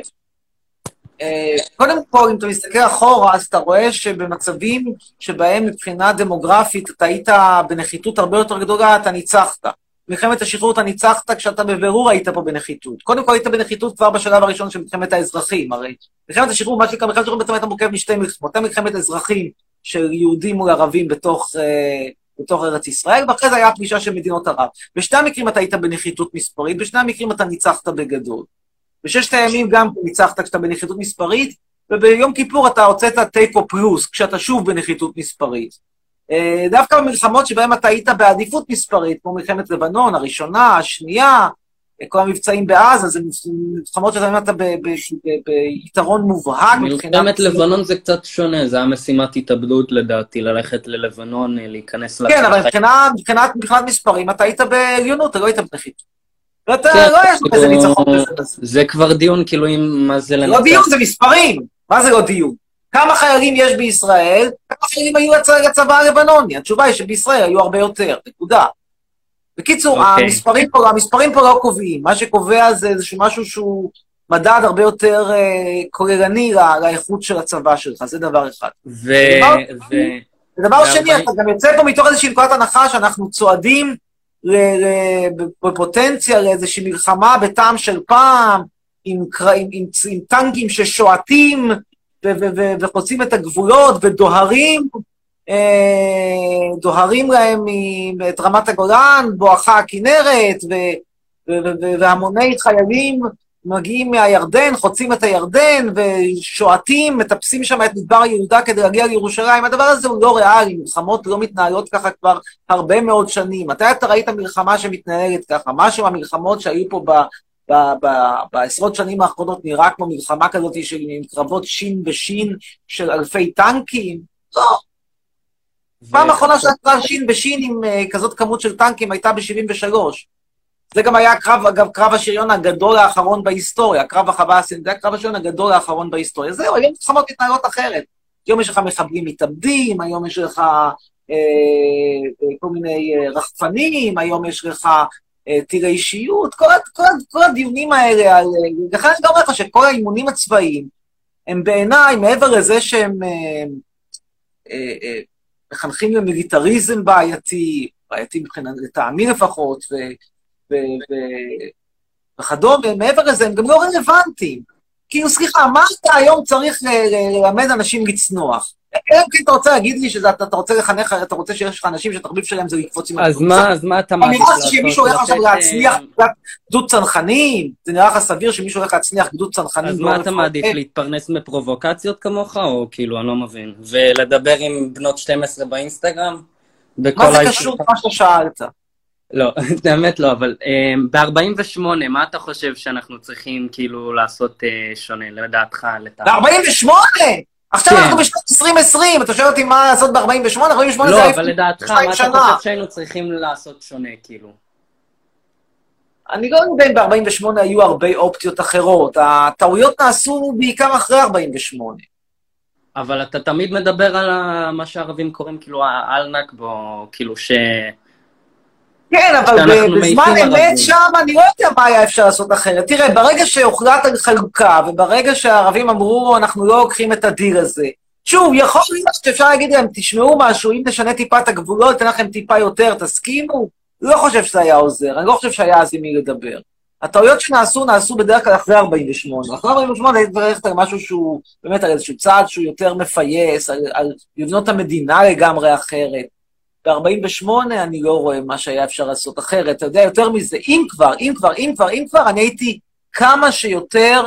קודם כל, אם אתה מסתכל אחורה, אז אתה רואה שבמצבים שבהם מבחינה דמוגרפית אתה היית בנחיתות הרבה יותר גדולה, אתה ניצחת. מלחמת השחרור אתה ניצחת כשאתה בבירור היית פה בנחיתות. קודם כל היית בנחיתות כבר בשלב הראשון של מלחמת האזרחים, הרי מלחמת השחרור, מה שנקרא, מלחמת השחרור בעצם הייתה מורכבת משתי מלחמות, מלחמת אזרחים של יהודים מול ערבים בתוך ארץ ישראל, ואחרי זה היה פלישה של מדינות ערב. בשני המקרים אתה היית בנחיתות מספרית, בשני המקרים אתה ניצחת בגדול. בששת הימים גם ניצחת כשאתה בנחיתות מספרית, וביום כיפור אתה הוצאת טייפו פלוס, כשאתה שוב בנחיתות מספרית. דווקא במלחמות שבהן אתה היית בעדיפות מספרית, כמו מלחמת לבנון, הראשונה, השנייה, כל המבצעים בעזה, זה מלחמות שבהן אתה ביתרון מובהק. מלחמת לבנון זה קצת שונה, זה היה משימת התאבדות לדעתי, ללכת ללבנון, להיכנס כן, אבל מבחינת מספרים, אתה היית בעליונות, אתה לא היית בנחיתות. ואתה לא יש איזה ניצחון בזה. זה כבר דיון, כאילו, מה זה לנצח? לא דיון, זה מספרים. מה זה לא דיון? כמה חיילים יש בישראל? כמה חיילים היו לצבא הלבנוני? התשובה היא שבישראל היו הרבה יותר, נקודה. בקיצור, המספרים פה לא קובעים. מה שקובע זה איזשהו משהו שהוא מדד הרבה יותר כוללני לאיכות של הצבא שלך, זה דבר אחד. ודבר שני, אתה גם יוצא פה מתוך איזושהי נקודת הנחה שאנחנו צועדים בפוטנציה לאיזושהי מלחמה בטעם של פעם, עם טנקים ששועטים וחוצים את הגבולות ודוהרים להם את רמת הגולן, בואכה הכנרת, והמוני חיילים מגיעים מהירדן, חוצים את הירדן ושועטים, מטפסים שם את מדבר יהודה כדי להגיע לירושלים. הדבר הזה הוא לא ריאלי, מלחמות לא מתנהלות ככה כבר הרבה מאוד שנים. מתי אתה ראית מלחמה שמתנהלת ככה? משהו מהמלחמות שהיו פה בעשרות שנים האחרונות נראה כמו מלחמה כזאת עם קרבות שין ושין של אלפי טנקים? לא. פעם האחרונה שהקרב שין ושין עם כזאת כמות של טנקים הייתה ב-73. זה גם היה קרב השריון הגדול האחרון בהיסטוריה, קרב החבאסין, זה הקרב השריון הגדול האחרון בהיסטוריה. זהו, היום מלחמות מתנהלות אחרת. היום יש לך מחבלים מתאבדים, היום יש לך כל מיני רחפנים, היום יש לך טילי אישיות, כל הדיונים האלה, לכן אני גם אומר לך שכל האימונים הצבאיים, הם בעיניי, מעבר לזה שהם מחנכים למיליטריזם בעייתי מבחינת לטעמי לפחות, וכדומה, מעבר לזה, הם גם לא רלוונטיים. כאילו, סליחה, מה אתה היום צריך ללמד אנשים לצנוח? אם כן אתה רוצה להגיד לי שאתה רוצה לחנך, אתה רוצה שיש לך אנשים שתחביב שלהם זה לקפוץ עם הקבוצה. אז מה אתה מעדיף לעשות? שמישהו הולך עכשיו להצליח גדוד צנחנים? זה נראה לך סביר שמישהו הולך להצליח גדוד צנחנים? אז מה אתה מעדיף, להתפרנס מפרובוקציות כמוך, או כאילו, אני לא מבין, ולדבר עם בנות 12 באינסטגרם? מה זה קשור מה ששאלת? לא, באמת לא, אבל ב-48, מה אתה חושב שאנחנו צריכים כאילו לעשות שונה, לדעתך? ב-48? עכשיו אנחנו בשנת 2020, אתה שואל אותי מה לעשות ב-48? לא, אבל לדעתך, מה אתה חושב שהיינו צריכים לעשות שונה, כאילו? אני לא יודע אם ב-48 היו הרבה אופציות אחרות, הטעויות נעשו בעיקר אחרי 48. אבל אתה תמיד מדבר על מה שהערבים קוראים, כאילו, על נכבו, כאילו ש... כן, אבל בזמן אמת שם אני לא יודע מה היה אפשר לעשות אחרת. תראה, ברגע שהוחלט על חלוקה, וברגע שהערבים אמרו, אנחנו לא לוקחים את הדיר הזה, שוב, יכול להיות שאפשר להגיד להם, תשמעו משהו, אם נשנה טיפה את הגבולות, תן לכם טיפה יותר, תסכימו? לא חושב שזה היה עוזר, אני לא חושב שהיה אז עם מי לדבר. הטעויות נעשו בדרך כלל אחרי 48. אחרי 48 הייתי ללכת על משהו שהוא, באמת על איזשהו צעד שהוא יותר מפייס, על לבנות המדינה לגמרי אחרת. ב-48 אני לא רואה מה שהיה אפשר לעשות אחרת. אתה יודע, יותר מזה, אם כבר, אני הייתי כמה שיותר...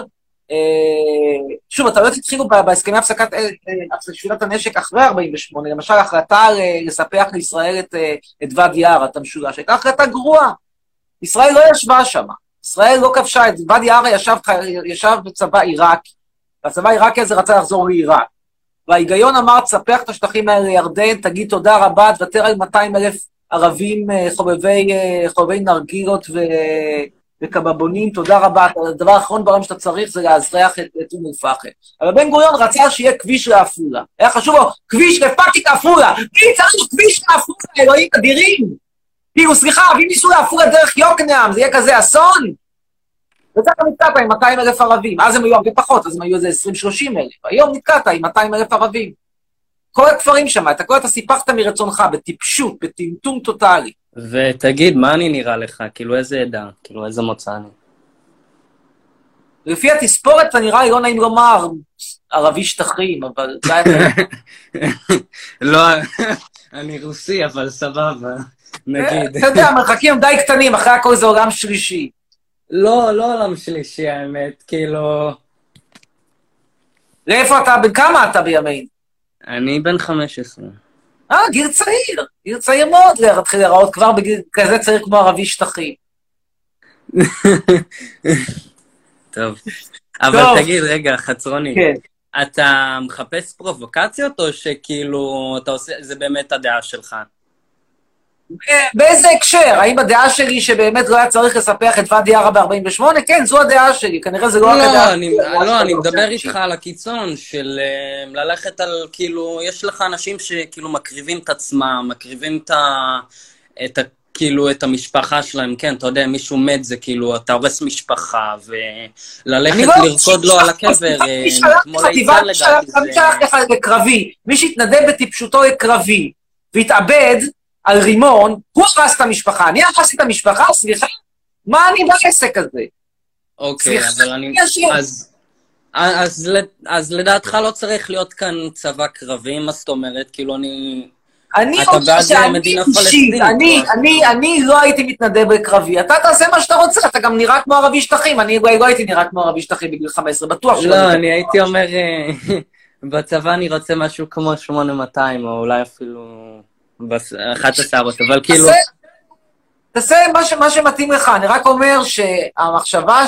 שוב, הטעויות התחילו בהסכמי הפסקת שביתת הנשק אחרי 48, למשל, החלטה לספח לישראל את ואדי עארה, את המשולש, הייתה החלטה גרועה. ישראל לא ישבה שם. ישראל לא כבשה את ואדי עארה, ישב בצבא עיראקי. והצבא העיראקי הזה רצה לחזור לעיראק. וההיגיון אמר, תספח את השטחים האלה לירדן, תגיד תודה רבה, תוותר על 200,000 ערבים חובבי נרגילות וקבבונים, תודה רבה. הדבר האחרון בעולם שאתה צריך זה לאזרח את אום אל-פחם. אבל בן גוריון רצה שיהיה כביש לעפולה. היה חשוב לו, כביש לפאקינג עפולה. מי צריך כביש לעפולה, אלוהים אדירים? כאילו, סליחה, אם ניסו לעפולה דרך יוקנעם, זה יהיה כזה אסון? וזה אתה נתקעת עם 200,000 ערבים. אז הם היו הרבה פחות, אז הם היו איזה 20-30 אלף. היום נתקעת עם 200,000 ערבים. כל הכפרים שם, את הכל אתה סיפחת מרצונך, בטיפשות, בטמטום טוטלי. ותגיד, מה אני נראה לך? כאילו, איזה עדה? כאילו, איזה מוצא אני? לפי התספורת, אתה נראה לי לא נעים לומר ערבי שטחים, אבל... לא, אני רוסי, אבל סבבה, נגיד. אתה יודע, המרחקים די קטנים, אחרי הכל זה עולם שלישי. לא עולם שלישי, האמת, כאילו... לאיפה אתה, בן כמה אתה בימינו? אני בן 15. גיל צעיר מאוד להתחיל להיראות כבר בגיל כזה צעיר כמו ערבי שטחי. טוב. אבל תגיד, רגע, חצרוני. כן. אתה מחפש פרובוקציות, או שכאילו, אתה עושה, זה באמת הדעה שלך? באיזה הקשר? האם הדעה שלי שבאמת לא היה צריך לספח את ואדי ערה ב-48? כן, זו הדעה שלי, כנראה זה לא הדעה. לא, אני מדבר איתך על הקיצון של ללכת על, כאילו, יש לך אנשים שכאילו מקריבים את עצמם, מקריבים כאילו את המשפחה שלהם, כן, אתה יודע, מישהו מת זה כאילו, אתה הורס משפחה, וללכת לרקוד לו על הקבר, כמו ליצן לדעתי זה... אני שלח לך לקרבי, מי שהתנדב בטיפשותו לקרבי, והתאבד על רימון, הוא הרס את המשפחה, אני הרסתי את המשפחה, סליחה, מה אני בעסק הזה? אוקיי, אבל אני... אז לדעתך לא צריך להיות כאן צבא קרבי, מה זאת אומרת? כאילו אני חושב שאני אישית, אני לא הייתי מתנדב בקרבי, אתה תעשה מה שאתה רוצה, אתה גם נראה כמו ערבי שטחים, אני לא הייתי נראה כמו ערבי שטחים בגיל 15, בטוח שלא. לא, אני הייתי אומר, בצבא אני רוצה משהו כמו 8200, או אולי אפילו 11, אבל כאילו... תעשה מה שמתאים לך, אני רק אומר שהמחשבה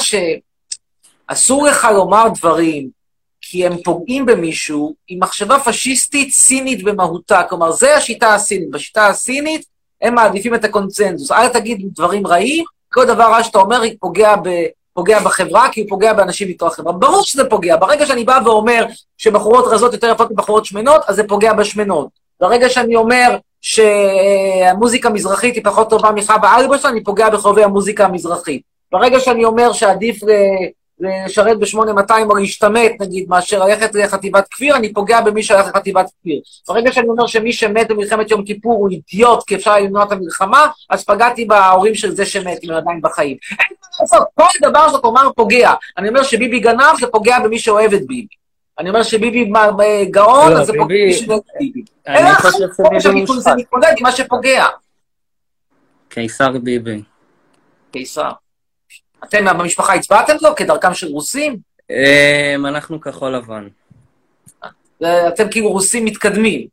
שאסור לך לומר דברים, כי הם פוגעים במישהו, היא מחשבה פשיסטית סינית במהותה, כלומר, זה השיטה הסינית. בשיטה הסינית, הם מעדיפים את הקונצנזוס. אל תגיד דברים רעים, כל דבר רע שאתה אומר, פוגע בחברה, כי הוא פוגע באנשים מתוך החברה. ברור שזה פוגע. ברגע שאני בא ואומר שבחורות רזות יותר יפות מבחורות שמנות, אז זה פוגע בשמנות. ברגע שאני אומר שהמוזיקה המזרחית היא פחות טובה מחווה אלברשטיין, אני פוגע בחובבי המוזיקה המזרחית. ברגע שאני אומר שעדיף לשרת ב-8200 או להשתמט, נגיד, מאשר ללכת לחטיבת כפיר, אני פוגע במי שהלך לחטיבת כפיר. ברגע שאני אומר שמי שמת במלחמת יום כיפור הוא אידיוט, כי אפשר למנוע את המלחמה, אז פגעתי בהורים של זה שמת, אם הם עדיין בחיים. אין מה לעשות, כל דבר זאת אומר פוגע. אני אומר שביבי גנב, זה פוגע במי שאוהב את ביבי. אני אומר שביבי גאון, אז זה פוגע במי שאוהב את ביבי. אני חושב שביבי מושחת. זה מתמודד עם מה שפוגע. קיסר ביבי. קיסר. אתם במשפחה הצבעתם לו כדרכם של רוסים? אנחנו כחול לבן. אתם כאילו רוסים מתקדמים.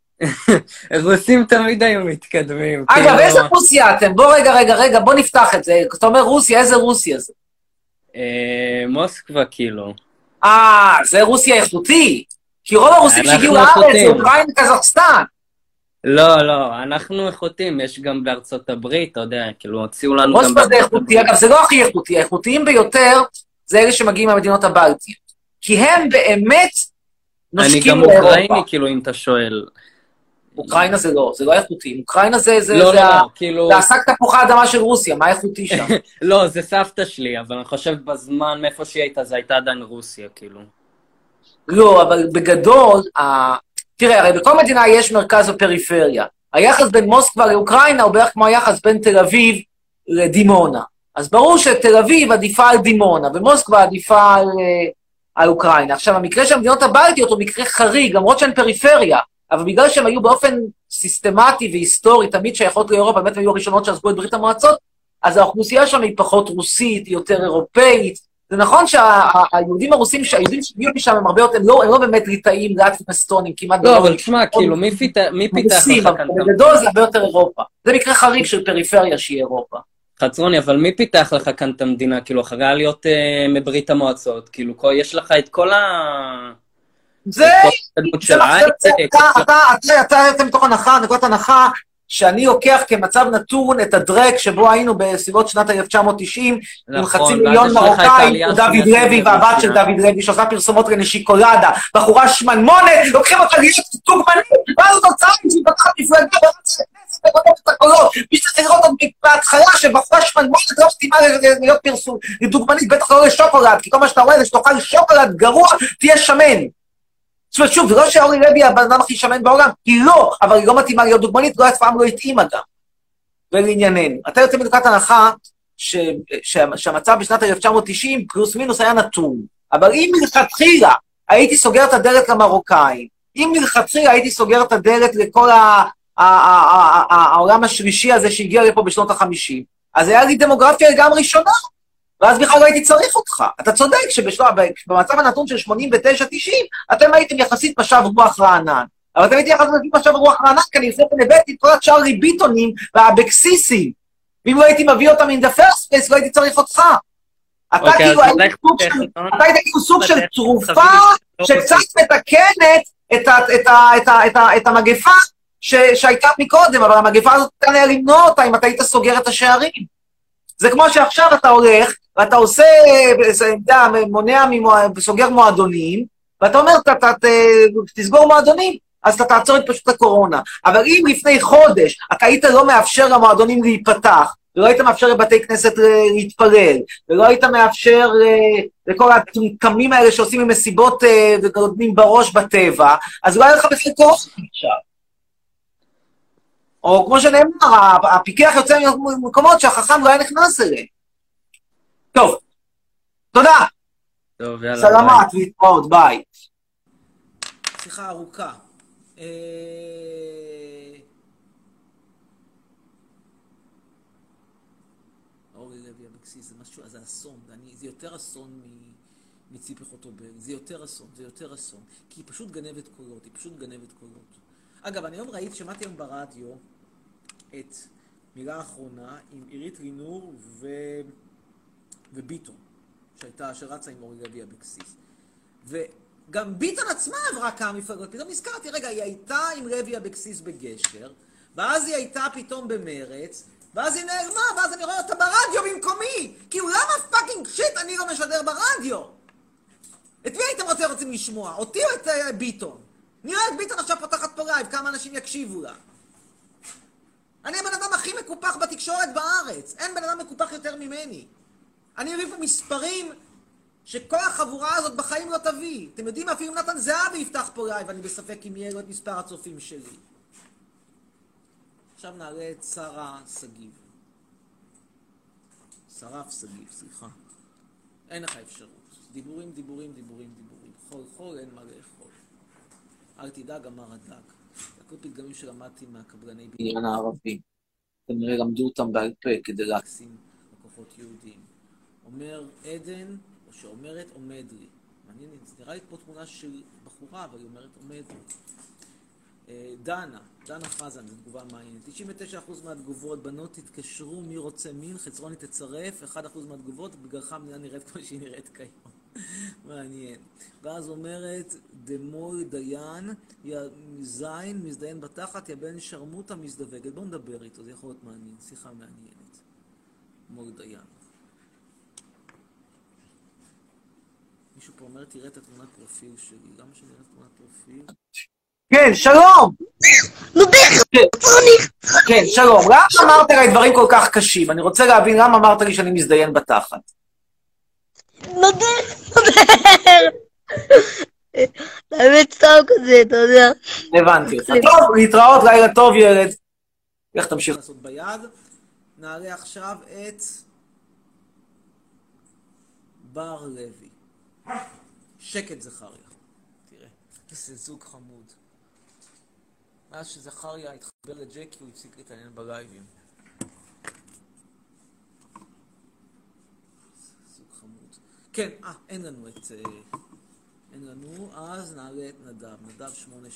רוסים תמיד היו מתקדמים. אגב, איזה רוסיה אתם? בוא רגע, בוא נפתח את זה. אתה אומר רוסיה, איזה רוסיה זה? מוסקבה כאילו. זה רוסיה איכותי. כי רוב הרוסים שהגיעו לארץ זה אוקראינה וקזחסטן. לא, אנחנו איכותים, יש גם בארצות הברית, אתה יודע, כאילו, הוציאו לנו גם... מוסקבה זה איכותי, אגב, זה לא הכי איכותי, האיכותיים ביותר זה אלה שמגיעים מהמדינות הבלטיות. כי הם באמת נושקים לאירופה. אני גם אוקראיני, כאילו, אם אתה שואל. אוקראינה זה לא איכותי, אוקראינה זה השק תפוחי האדמה של רוסיה, מה איכותי שם? לא, זה סבתא שלי, אבל אני חושב בזמן מאיפה שהיא הייתה, זה הייתה עדיין רוסיה, כאילו. לא, אבל בגדול, תראה, הרי בכל מדינה יש מרכז ופריפריה. היחס בין מוסקבה לאוקראינה הוא בערך כמו היחס בין תל אביב לדימונה. אז ברור שתל אביב עדיפה על דימונה, ומוסקבה עדיפה על אוקראינה. עכשיו, המקרה של המדינות הבלטיות הוא מקרה חריג, למרות שהן פריפריה, אבל בגלל שהם היו באופן סיסטמטי והיסטורי, תמיד שייכות לאירופה, באמת היו הראשונות שעזבו את ברית המועצות, אז האוכלוסייה שם היא פחות רוסית, היא יותר אירופאית. זה נכון שהיהודים הרוסים, היהודים שהגיעו משם הם הרבה יותר, הם לא באמת ליטאים, לאטים אסטונים, כמעט... לא, אבל תשמע, כאילו, מי פיתח לך כאן? בגדול זה הרבה יותר אירופה. זה מקרה חריג של פריפריה שהיא אירופה. חצרוני, אבל מי פיתח לך כאן את המדינה? כאילו, אחרי להיות מברית המועצות, כאילו, יש לך את כל ה... זה... אתה יוצא מתוך הנחה, נקודת הנחה, שאני לוקח כמצב נתון את הדרק שבו היינו בסביבות שנת 1990, עם 500,000 מרוקאים, דוד לוי והבת של דוד לוי, שעושה פרסומות לנשיקולדה, בחורה שמנמונת, לוקחים אותה להיות דוגמנית, ואז תוצאה שהיא פתחה מפלגה ברצת הכנסת, ובנות את הקולות, מי שצריך לראות בהתחלה שבחורה שמנמונת לא מתאימה להיות דוגמנית, בטח לא לשוקולד, כי כל מה שאתה רואה זה שתאכל שוקולד גרוע, תהיה שמן. זאת אומרת, שוב, זה לא שאורי לוי הבן אדם הכי שמן בעולם, היא לא, אבל היא לא מתאימה להיות דוגמנית, לא אף פעם לא התאימה גם. ולענייננו. אתה יוצא מנקודת הנחה שהמצב בשנת 1990 פלוס מינוס היה נתון, אבל אם מלכתחילה הייתי סוגר את הדלת למרוקאים, אם מלכתחילה הייתי סוגר את הדלת לכל העולם השלישי הזה שהגיע לפה בשנות ה-50, אז היה לי דמוגרפיה גם ראשונה. ואז בכלל לא הייתי צריך אותך. אתה צודק שבמצב הנתון של 89-90, אתם הייתם יחסית משב רוח רענן. אבל תמיד תהיה חזק עכשיו ברוח רענן, כי אני לפני הבאתי את כל הצ'ארלי ביטונים והאבקסיסים, ואם לא הייתי מביא אותם in the first place, לא הייתי צריך אותך. אתה כאילו היית כאילו סוג של תרופה שקצת מתקנת את המגפה שהייתה מקודם, אבל המגפה הזאת ניתן היה למנוע אותה אם אתה היית סוגר את השערים. זה כמו שעכשיו אתה הולך, ואתה עושה, סוגר מועדונים, ואתה אומר, תסגור מועדונים, אז אתה תעצור את פשוט הקורונה. אבל אם לפני חודש אתה היית לא מאפשר למועדונים להיפתח, ולא היית מאפשר לבתי כנסת להתפלל, ולא היית מאפשר לכל התמים האלה שעושים עם מסיבות וגודמים בראש בטבע, אז לא היה לך בכלל קורונה עכשיו. או כמו שנאמר, הפיקח יוצא ממקומות שהחכם לא היה נכנס אליהם. טוב, תודה. טוב, יאללה. סלמת, להתראות, ביי. שיחה ארוכה. אורי לוי אבקסיס, זה משהו, זה אסון. זה יותר אסון מציפי חוטובלי. זה יותר אסון. כי היא פשוט גנבת קולות. אגב, אני היום שמעתי היום ברדיו את מילה האחרונה עם עירית רינור וביטון, שרצה עם אורי לוי אבקסיס. וגם ביטון עצמה עברה כמה מפלגות, פתאום נזכרתי, רגע, היא הייתה עם לוי אבקסיס בגשר, ואז היא הייתה פתאום במרץ, ואז היא נעלמה, ואז אני רואה אותה ברדיו במקומי, כי למה פאקינג שיט אני לא משדר ברדיו? את מי הייתם רוצים לשמוע? אותי או את ביטון? נראה את ביטון עכשיו פותחת פה לייב, כמה אנשים יקשיבו לה. אני הבן אדם הכי מקופח בתקשורת בארץ. אין בן אדם מקופח יותר ממני. אני אביא פה מספרים שכל החבורה הזאת בחיים לא תביא. אתם יודעים, אפילו נתן זהבי יפתח פה לייב, אני בספק אם יהיה לו את מספר הצופים שלי. עכשיו נעלה את שרה סגיב. שרף סגיב, סליחה. אין לך אפשרות. דיבורים. חול, אין מה לאכול. אל תדאג, אמר הדג. הכל פתגמים שלמדתי מהקבלני בניין הערבים. כנראה למדו אותם בעל פה כדי להקסים לקוחות יהודים. אומר עדן, או שאומרת עומד לי. מעניין, זה נראה לי פה תמונה של בחורה, אבל היא אומרת עומד לי. דנה חזן, זו תגובה מעניינת. 99% מהתגובות, בנות תתקשרו, מי רוצה מין, חצרוני תצרף, 1% מהתגובות, בגללך המדינה נראית כמו שהיא נראית כיום. מעניין. ואז אומרת, דמוי דיין, זין, מזדיין בתחת, יבן שרמוטה מזדווגת. בואו נדבר איתו, זה יכול להיות מעניין, שיחה מעניינת. דמוי דיין. מישהו פה אומר, תראה את התמונת פרופיל שלי. למה שאני אראה את תמונת פרופיל? כן, שלום! כן, שלום. למה אמרת לי דברים כל כך קשים? אני רוצה להבין למה אמרת לי שאני מזדיין בתחת. נודר. האמת סתם כזה, אתה יודע. הבנתי. טוב, להתראות, לילה טוב ילד. איך תמשיך לעשות ביד? נעלה עכשיו את בר לוי. שקט זכריה. תראה, איזה זוג חמוד. מאז שזכריה התחבר לג'קי, הוא הפסיק להתעניין בלייבים. זוג חמוד. כן, אין לנו את... אין לנו, אז נעלה את נדב. נדב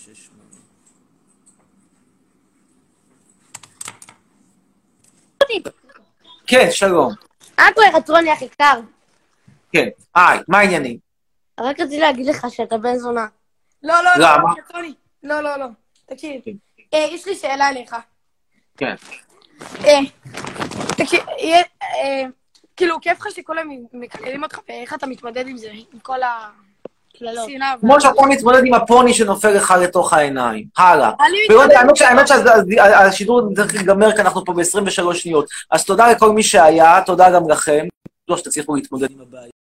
868. כן, שלום. אקו רצרוני הכי קר. כן, היי, מה העניינים? רק רציתי להגיד לך שאתה בן זונה. לא, רצרוני. לא. תקשיב, יש לי שאלה אליך. כן. תקשיב, כאילו, כיף לך שכל הם מקללים אותך, ואיך אתה מתמודד עם זה, עם כל הקללות. כמו שאתה מתמודד עם הפוני שנופל לך לתוך העיניים. הלאה. האמת שהשידור צריך להיגמר, כי אנחנו פה ב-23 שניות. אז תודה לכל מי שהיה, תודה גם לכם. לא שתצליחו להתמודד עם הבעיה.